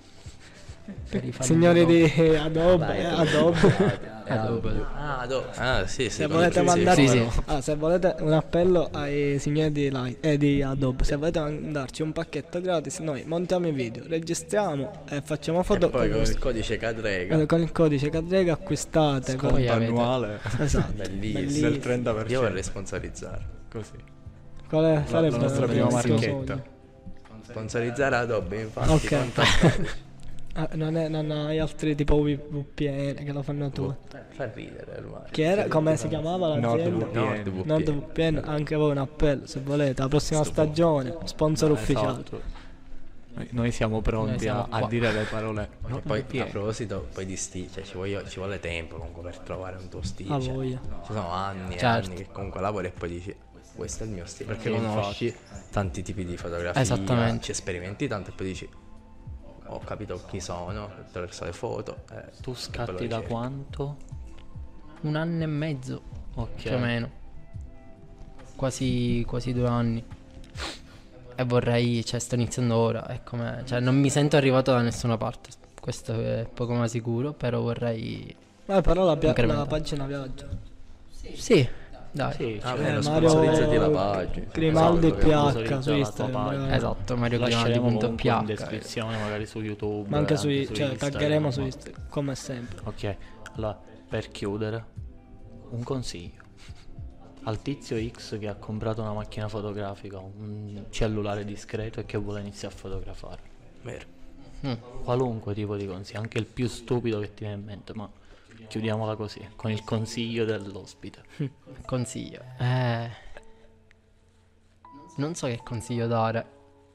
[SPEAKER 5] Per i fan
[SPEAKER 3] signori
[SPEAKER 5] di
[SPEAKER 3] di Adobe,
[SPEAKER 2] Dai,
[SPEAKER 3] eh,
[SPEAKER 2] tu-
[SPEAKER 3] Adobe.
[SPEAKER 5] Adobe.
[SPEAKER 2] Ah, do- ah, sì, sì.
[SPEAKER 3] Se
[SPEAKER 2] lo-
[SPEAKER 3] volete
[SPEAKER 2] sì,
[SPEAKER 3] mandarci
[SPEAKER 5] sì, sì.
[SPEAKER 3] Ah, se volete un appello ai signori di, Light, eh, di Adobe, se volete mandarci un pacchetto gratis, noi montiamo i video, registriamo e facciamo
[SPEAKER 2] E
[SPEAKER 3] foto
[SPEAKER 2] poi con
[SPEAKER 3] con,
[SPEAKER 2] il codice Cadrega.
[SPEAKER 3] eh, con il codice Cadrega acquistate. con-
[SPEAKER 5] Poi avete-
[SPEAKER 4] annuale
[SPEAKER 3] Esatto.
[SPEAKER 2] Bellissimo.
[SPEAKER 3] Bellissimo.
[SPEAKER 4] del trenta per cento.
[SPEAKER 2] Io vorrei sponsorizzare.
[SPEAKER 4] Così.
[SPEAKER 3] Qual è? Sarebbe
[SPEAKER 4] nostra
[SPEAKER 3] il
[SPEAKER 4] prima
[SPEAKER 3] bellissimo
[SPEAKER 4] marchetta.
[SPEAKER 3] sogno.
[SPEAKER 2] Sponsorizzare Adobe, infatti.
[SPEAKER 3] Ok.
[SPEAKER 2] contattateci.
[SPEAKER 3] Ah, non, è- non hai altri tipo V P N che lo fanno tu.
[SPEAKER 2] Fa ridere ormai.
[SPEAKER 3] Chi era? Come si chiamava l'azienda?
[SPEAKER 4] NordVPN.
[SPEAKER 3] NordVPN, anche voi un appello se volete, la prossima stagione, sponsor ufficiale.
[SPEAKER 4] Esatto. Noi- Noi siamo pronti
[SPEAKER 5] Noi siamo
[SPEAKER 4] a, a
[SPEAKER 5] qua.
[SPEAKER 4] dire le parole.
[SPEAKER 2] E
[SPEAKER 4] No,
[SPEAKER 2] poi
[SPEAKER 4] VPN.
[SPEAKER 2] a proposito, poi di stile, cioè, ci, voglio- ci vuole tempo comunque per trovare un tuo stile.
[SPEAKER 3] A
[SPEAKER 2] cioè,
[SPEAKER 3] voglia.
[SPEAKER 2] ci sono anni e
[SPEAKER 5] Certo.
[SPEAKER 2] anni che comunque lavori e poi dici questo è il mio stile. Perché
[SPEAKER 4] Sì,
[SPEAKER 2] conosci tanti tipi di fotografia,
[SPEAKER 5] Esattamente.
[SPEAKER 2] ci sperimenti tanto e poi dici ho capito chi sono attraverso le foto. eh,
[SPEAKER 4] Tu
[SPEAKER 2] e poi lo
[SPEAKER 4] scatti da
[SPEAKER 2] ricerchi.
[SPEAKER 4] quanto?
[SPEAKER 5] un anno e mezzo,
[SPEAKER 4] Ok.
[SPEAKER 5] più o meno. Quasi, quasi due anni. E vorrei, cioè sto iniziando ora, è come, cioè non mi sento arrivato da nessuna parte. Questo è poco ma sicuro, però vorrei.
[SPEAKER 3] Eh, però la, pia- la
[SPEAKER 5] Incrementare.
[SPEAKER 3] pagina viaggia.
[SPEAKER 5] Sì, dai.
[SPEAKER 4] Sì,
[SPEAKER 2] Ah,
[SPEAKER 4] cioè,
[SPEAKER 2] beh, lo
[SPEAKER 3] Mario
[SPEAKER 2] sponsorizzati la pagina.
[SPEAKER 3] Grimaldi
[SPEAKER 2] Esatto, che-
[SPEAKER 3] P H
[SPEAKER 4] sponsorizza
[SPEAKER 3] su
[SPEAKER 4] la
[SPEAKER 3] Instagram.
[SPEAKER 4] tua pagina.
[SPEAKER 3] ragazzi.
[SPEAKER 5] Esatto, Mario
[SPEAKER 4] lasceremo comunque in
[SPEAKER 5] Grimaldi.ph.
[SPEAKER 4] descrizione magari su YouTube.
[SPEAKER 3] Ma anche
[SPEAKER 4] e
[SPEAKER 3] su,
[SPEAKER 4] su
[SPEAKER 3] cioè,
[SPEAKER 4] Instagram,
[SPEAKER 3] taggeremo su
[SPEAKER 4] ma-
[SPEAKER 3] Instagram, come sempre.
[SPEAKER 4] Ok, allora per chiudere, un consiglio. al tizio X che ha comprato una macchina fotografica, un cellulare discreto e che vuole iniziare a fotografare.
[SPEAKER 2] Vero.
[SPEAKER 4] Mm, qualunque tipo di consiglio, anche il più stupido che ti viene in mente, ma chiudiamola così, con il consiglio dell'ospite.
[SPEAKER 5] Consiglio. Eh, non so che consiglio dare.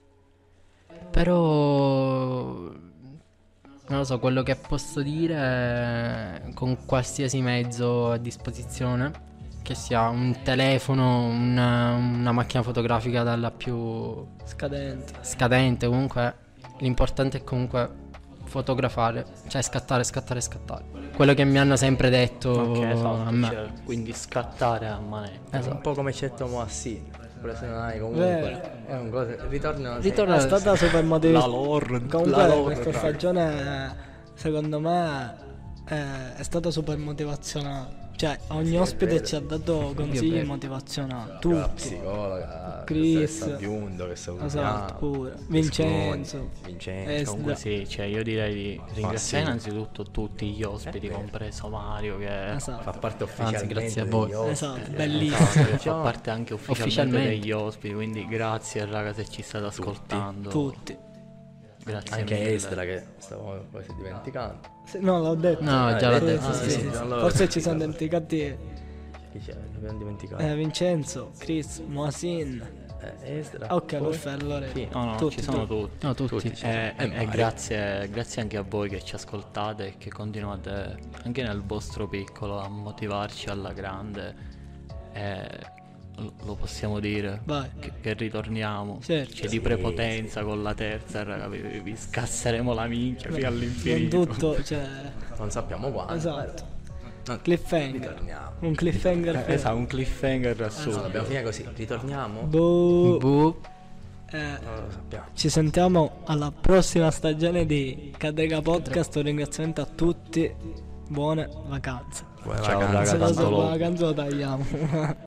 [SPEAKER 5] Però non lo so, quello che posso dire è, con qualsiasi mezzo a disposizione, che sia un telefono, una, una macchina fotografica dalla più
[SPEAKER 3] Scadente.
[SPEAKER 5] scadente, comunque l'importante è comunque fotografare, cioè scattare, scattare, scattare. Quello che mi hanno sempre detto
[SPEAKER 4] Ok, esatto,
[SPEAKER 5] a me.
[SPEAKER 4] cioè, quindi scattare a manetta.
[SPEAKER 5] Esatto.
[SPEAKER 2] Un po' come Cetto Moassini. Però se non hai comunque
[SPEAKER 3] Vero.
[SPEAKER 2] è un cosa. Ritorno
[SPEAKER 5] Ritorno-
[SPEAKER 3] È stata super motivata.
[SPEAKER 4] La lore,
[SPEAKER 3] Comunque
[SPEAKER 4] la lore,
[SPEAKER 3] questa
[SPEAKER 4] raga.
[SPEAKER 3] stagione secondo me eh, è stata super motivazionale. Cioè ogni
[SPEAKER 2] Sì, è
[SPEAKER 3] ospite
[SPEAKER 2] vero.
[SPEAKER 3] ci ha dato consigli
[SPEAKER 5] vero.
[SPEAKER 3] motivazionali.
[SPEAKER 2] la
[SPEAKER 3] Tutti.
[SPEAKER 2] psicologa,
[SPEAKER 3] Chris.
[SPEAKER 2] Chris Biondo che salutiamo.
[SPEAKER 3] Esatto, pure.
[SPEAKER 2] Chris
[SPEAKER 3] Vincenzo.
[SPEAKER 2] Cloni, Vincenzo.
[SPEAKER 3] Eh,
[SPEAKER 4] Comunque sì, cioè io direi di ringraziare
[SPEAKER 2] sì.
[SPEAKER 4] innanzitutto tutti gli ospiti, compreso Mario che
[SPEAKER 3] Esatto.
[SPEAKER 2] Fa parte ufficialmente
[SPEAKER 5] grazie a
[SPEAKER 2] degli
[SPEAKER 5] voi.
[SPEAKER 2] ospiti.
[SPEAKER 3] Esatto,
[SPEAKER 4] esatto,
[SPEAKER 3] bellissimo.
[SPEAKER 4] che fa parte anche ufficialmente,
[SPEAKER 5] Ufficialmente.
[SPEAKER 4] degli ospiti, quindi grazie raga se ci state ascoltando.
[SPEAKER 3] Tutti.
[SPEAKER 4] Grazie
[SPEAKER 2] Anche
[SPEAKER 4] mille.
[SPEAKER 2] Esdra che stavo quasi dimenticando.
[SPEAKER 3] Sì, no, l'ho detto.
[SPEAKER 5] No,
[SPEAKER 2] Ah,
[SPEAKER 5] già
[SPEAKER 2] hai
[SPEAKER 5] l'ho
[SPEAKER 2] detto?
[SPEAKER 5] detto.
[SPEAKER 2] Ah,
[SPEAKER 3] Sì,
[SPEAKER 2] sì,
[SPEAKER 3] sì,
[SPEAKER 2] sì,
[SPEAKER 3] sì.
[SPEAKER 2] allora-
[SPEAKER 3] Forse ci siamo dimenticati
[SPEAKER 2] Chi c'è? L'abbiamo dimenticato.
[SPEAKER 3] eh, Vincenzo, Chris, Moasin.
[SPEAKER 2] Eh, Esdra.
[SPEAKER 3] Ok,
[SPEAKER 2] poi-
[SPEAKER 3] perfetto. Allora
[SPEAKER 2] Sì.
[SPEAKER 4] No, no,
[SPEAKER 3] Tutti,
[SPEAKER 4] ci sono
[SPEAKER 3] tutti.
[SPEAKER 4] tutti.
[SPEAKER 5] No, tutti.
[SPEAKER 2] Tutti ci sono.
[SPEAKER 4] E,
[SPEAKER 2] E
[SPEAKER 4] e- e
[SPEAKER 2] Mario.
[SPEAKER 4] grazie, grazie anche a voi che ci ascoltate e che continuate anche nel vostro piccolo a motivarci alla grande. E lo lo possiamo dire
[SPEAKER 3] Vai.
[SPEAKER 4] che, che ritorniamo.
[SPEAKER 3] Certo.
[SPEAKER 4] C'è di prepotenza con la terza, raga, vi, vi- vi scasseremo la minchia fino
[SPEAKER 3] Non
[SPEAKER 4] all'infinito.
[SPEAKER 3] tutto, cioè.
[SPEAKER 2] Non sappiamo quando.
[SPEAKER 3] Esatto.
[SPEAKER 2] No,
[SPEAKER 3] Cliffhanger.
[SPEAKER 2] ritorniamo.
[SPEAKER 3] Un cliffhanger.
[SPEAKER 4] Eh, esatto, un cliffhanger assurdo.
[SPEAKER 2] Dobbiamo finire così. Ritorniamo?
[SPEAKER 3] Boh.
[SPEAKER 5] Boh.
[SPEAKER 3] Eh,
[SPEAKER 2] Non lo sappiamo.
[SPEAKER 3] ci sentiamo alla prossima stagione di Cadrega Podcast. Un ringraziamento a tutti. Buone vacanze.
[SPEAKER 2] Buone
[SPEAKER 4] Ciao,
[SPEAKER 2] vacanze.
[SPEAKER 4] raga,
[SPEAKER 3] Se lo
[SPEAKER 4] tanto
[SPEAKER 3] so,
[SPEAKER 4] lo-
[SPEAKER 3] buone vacanze lo tagliamo.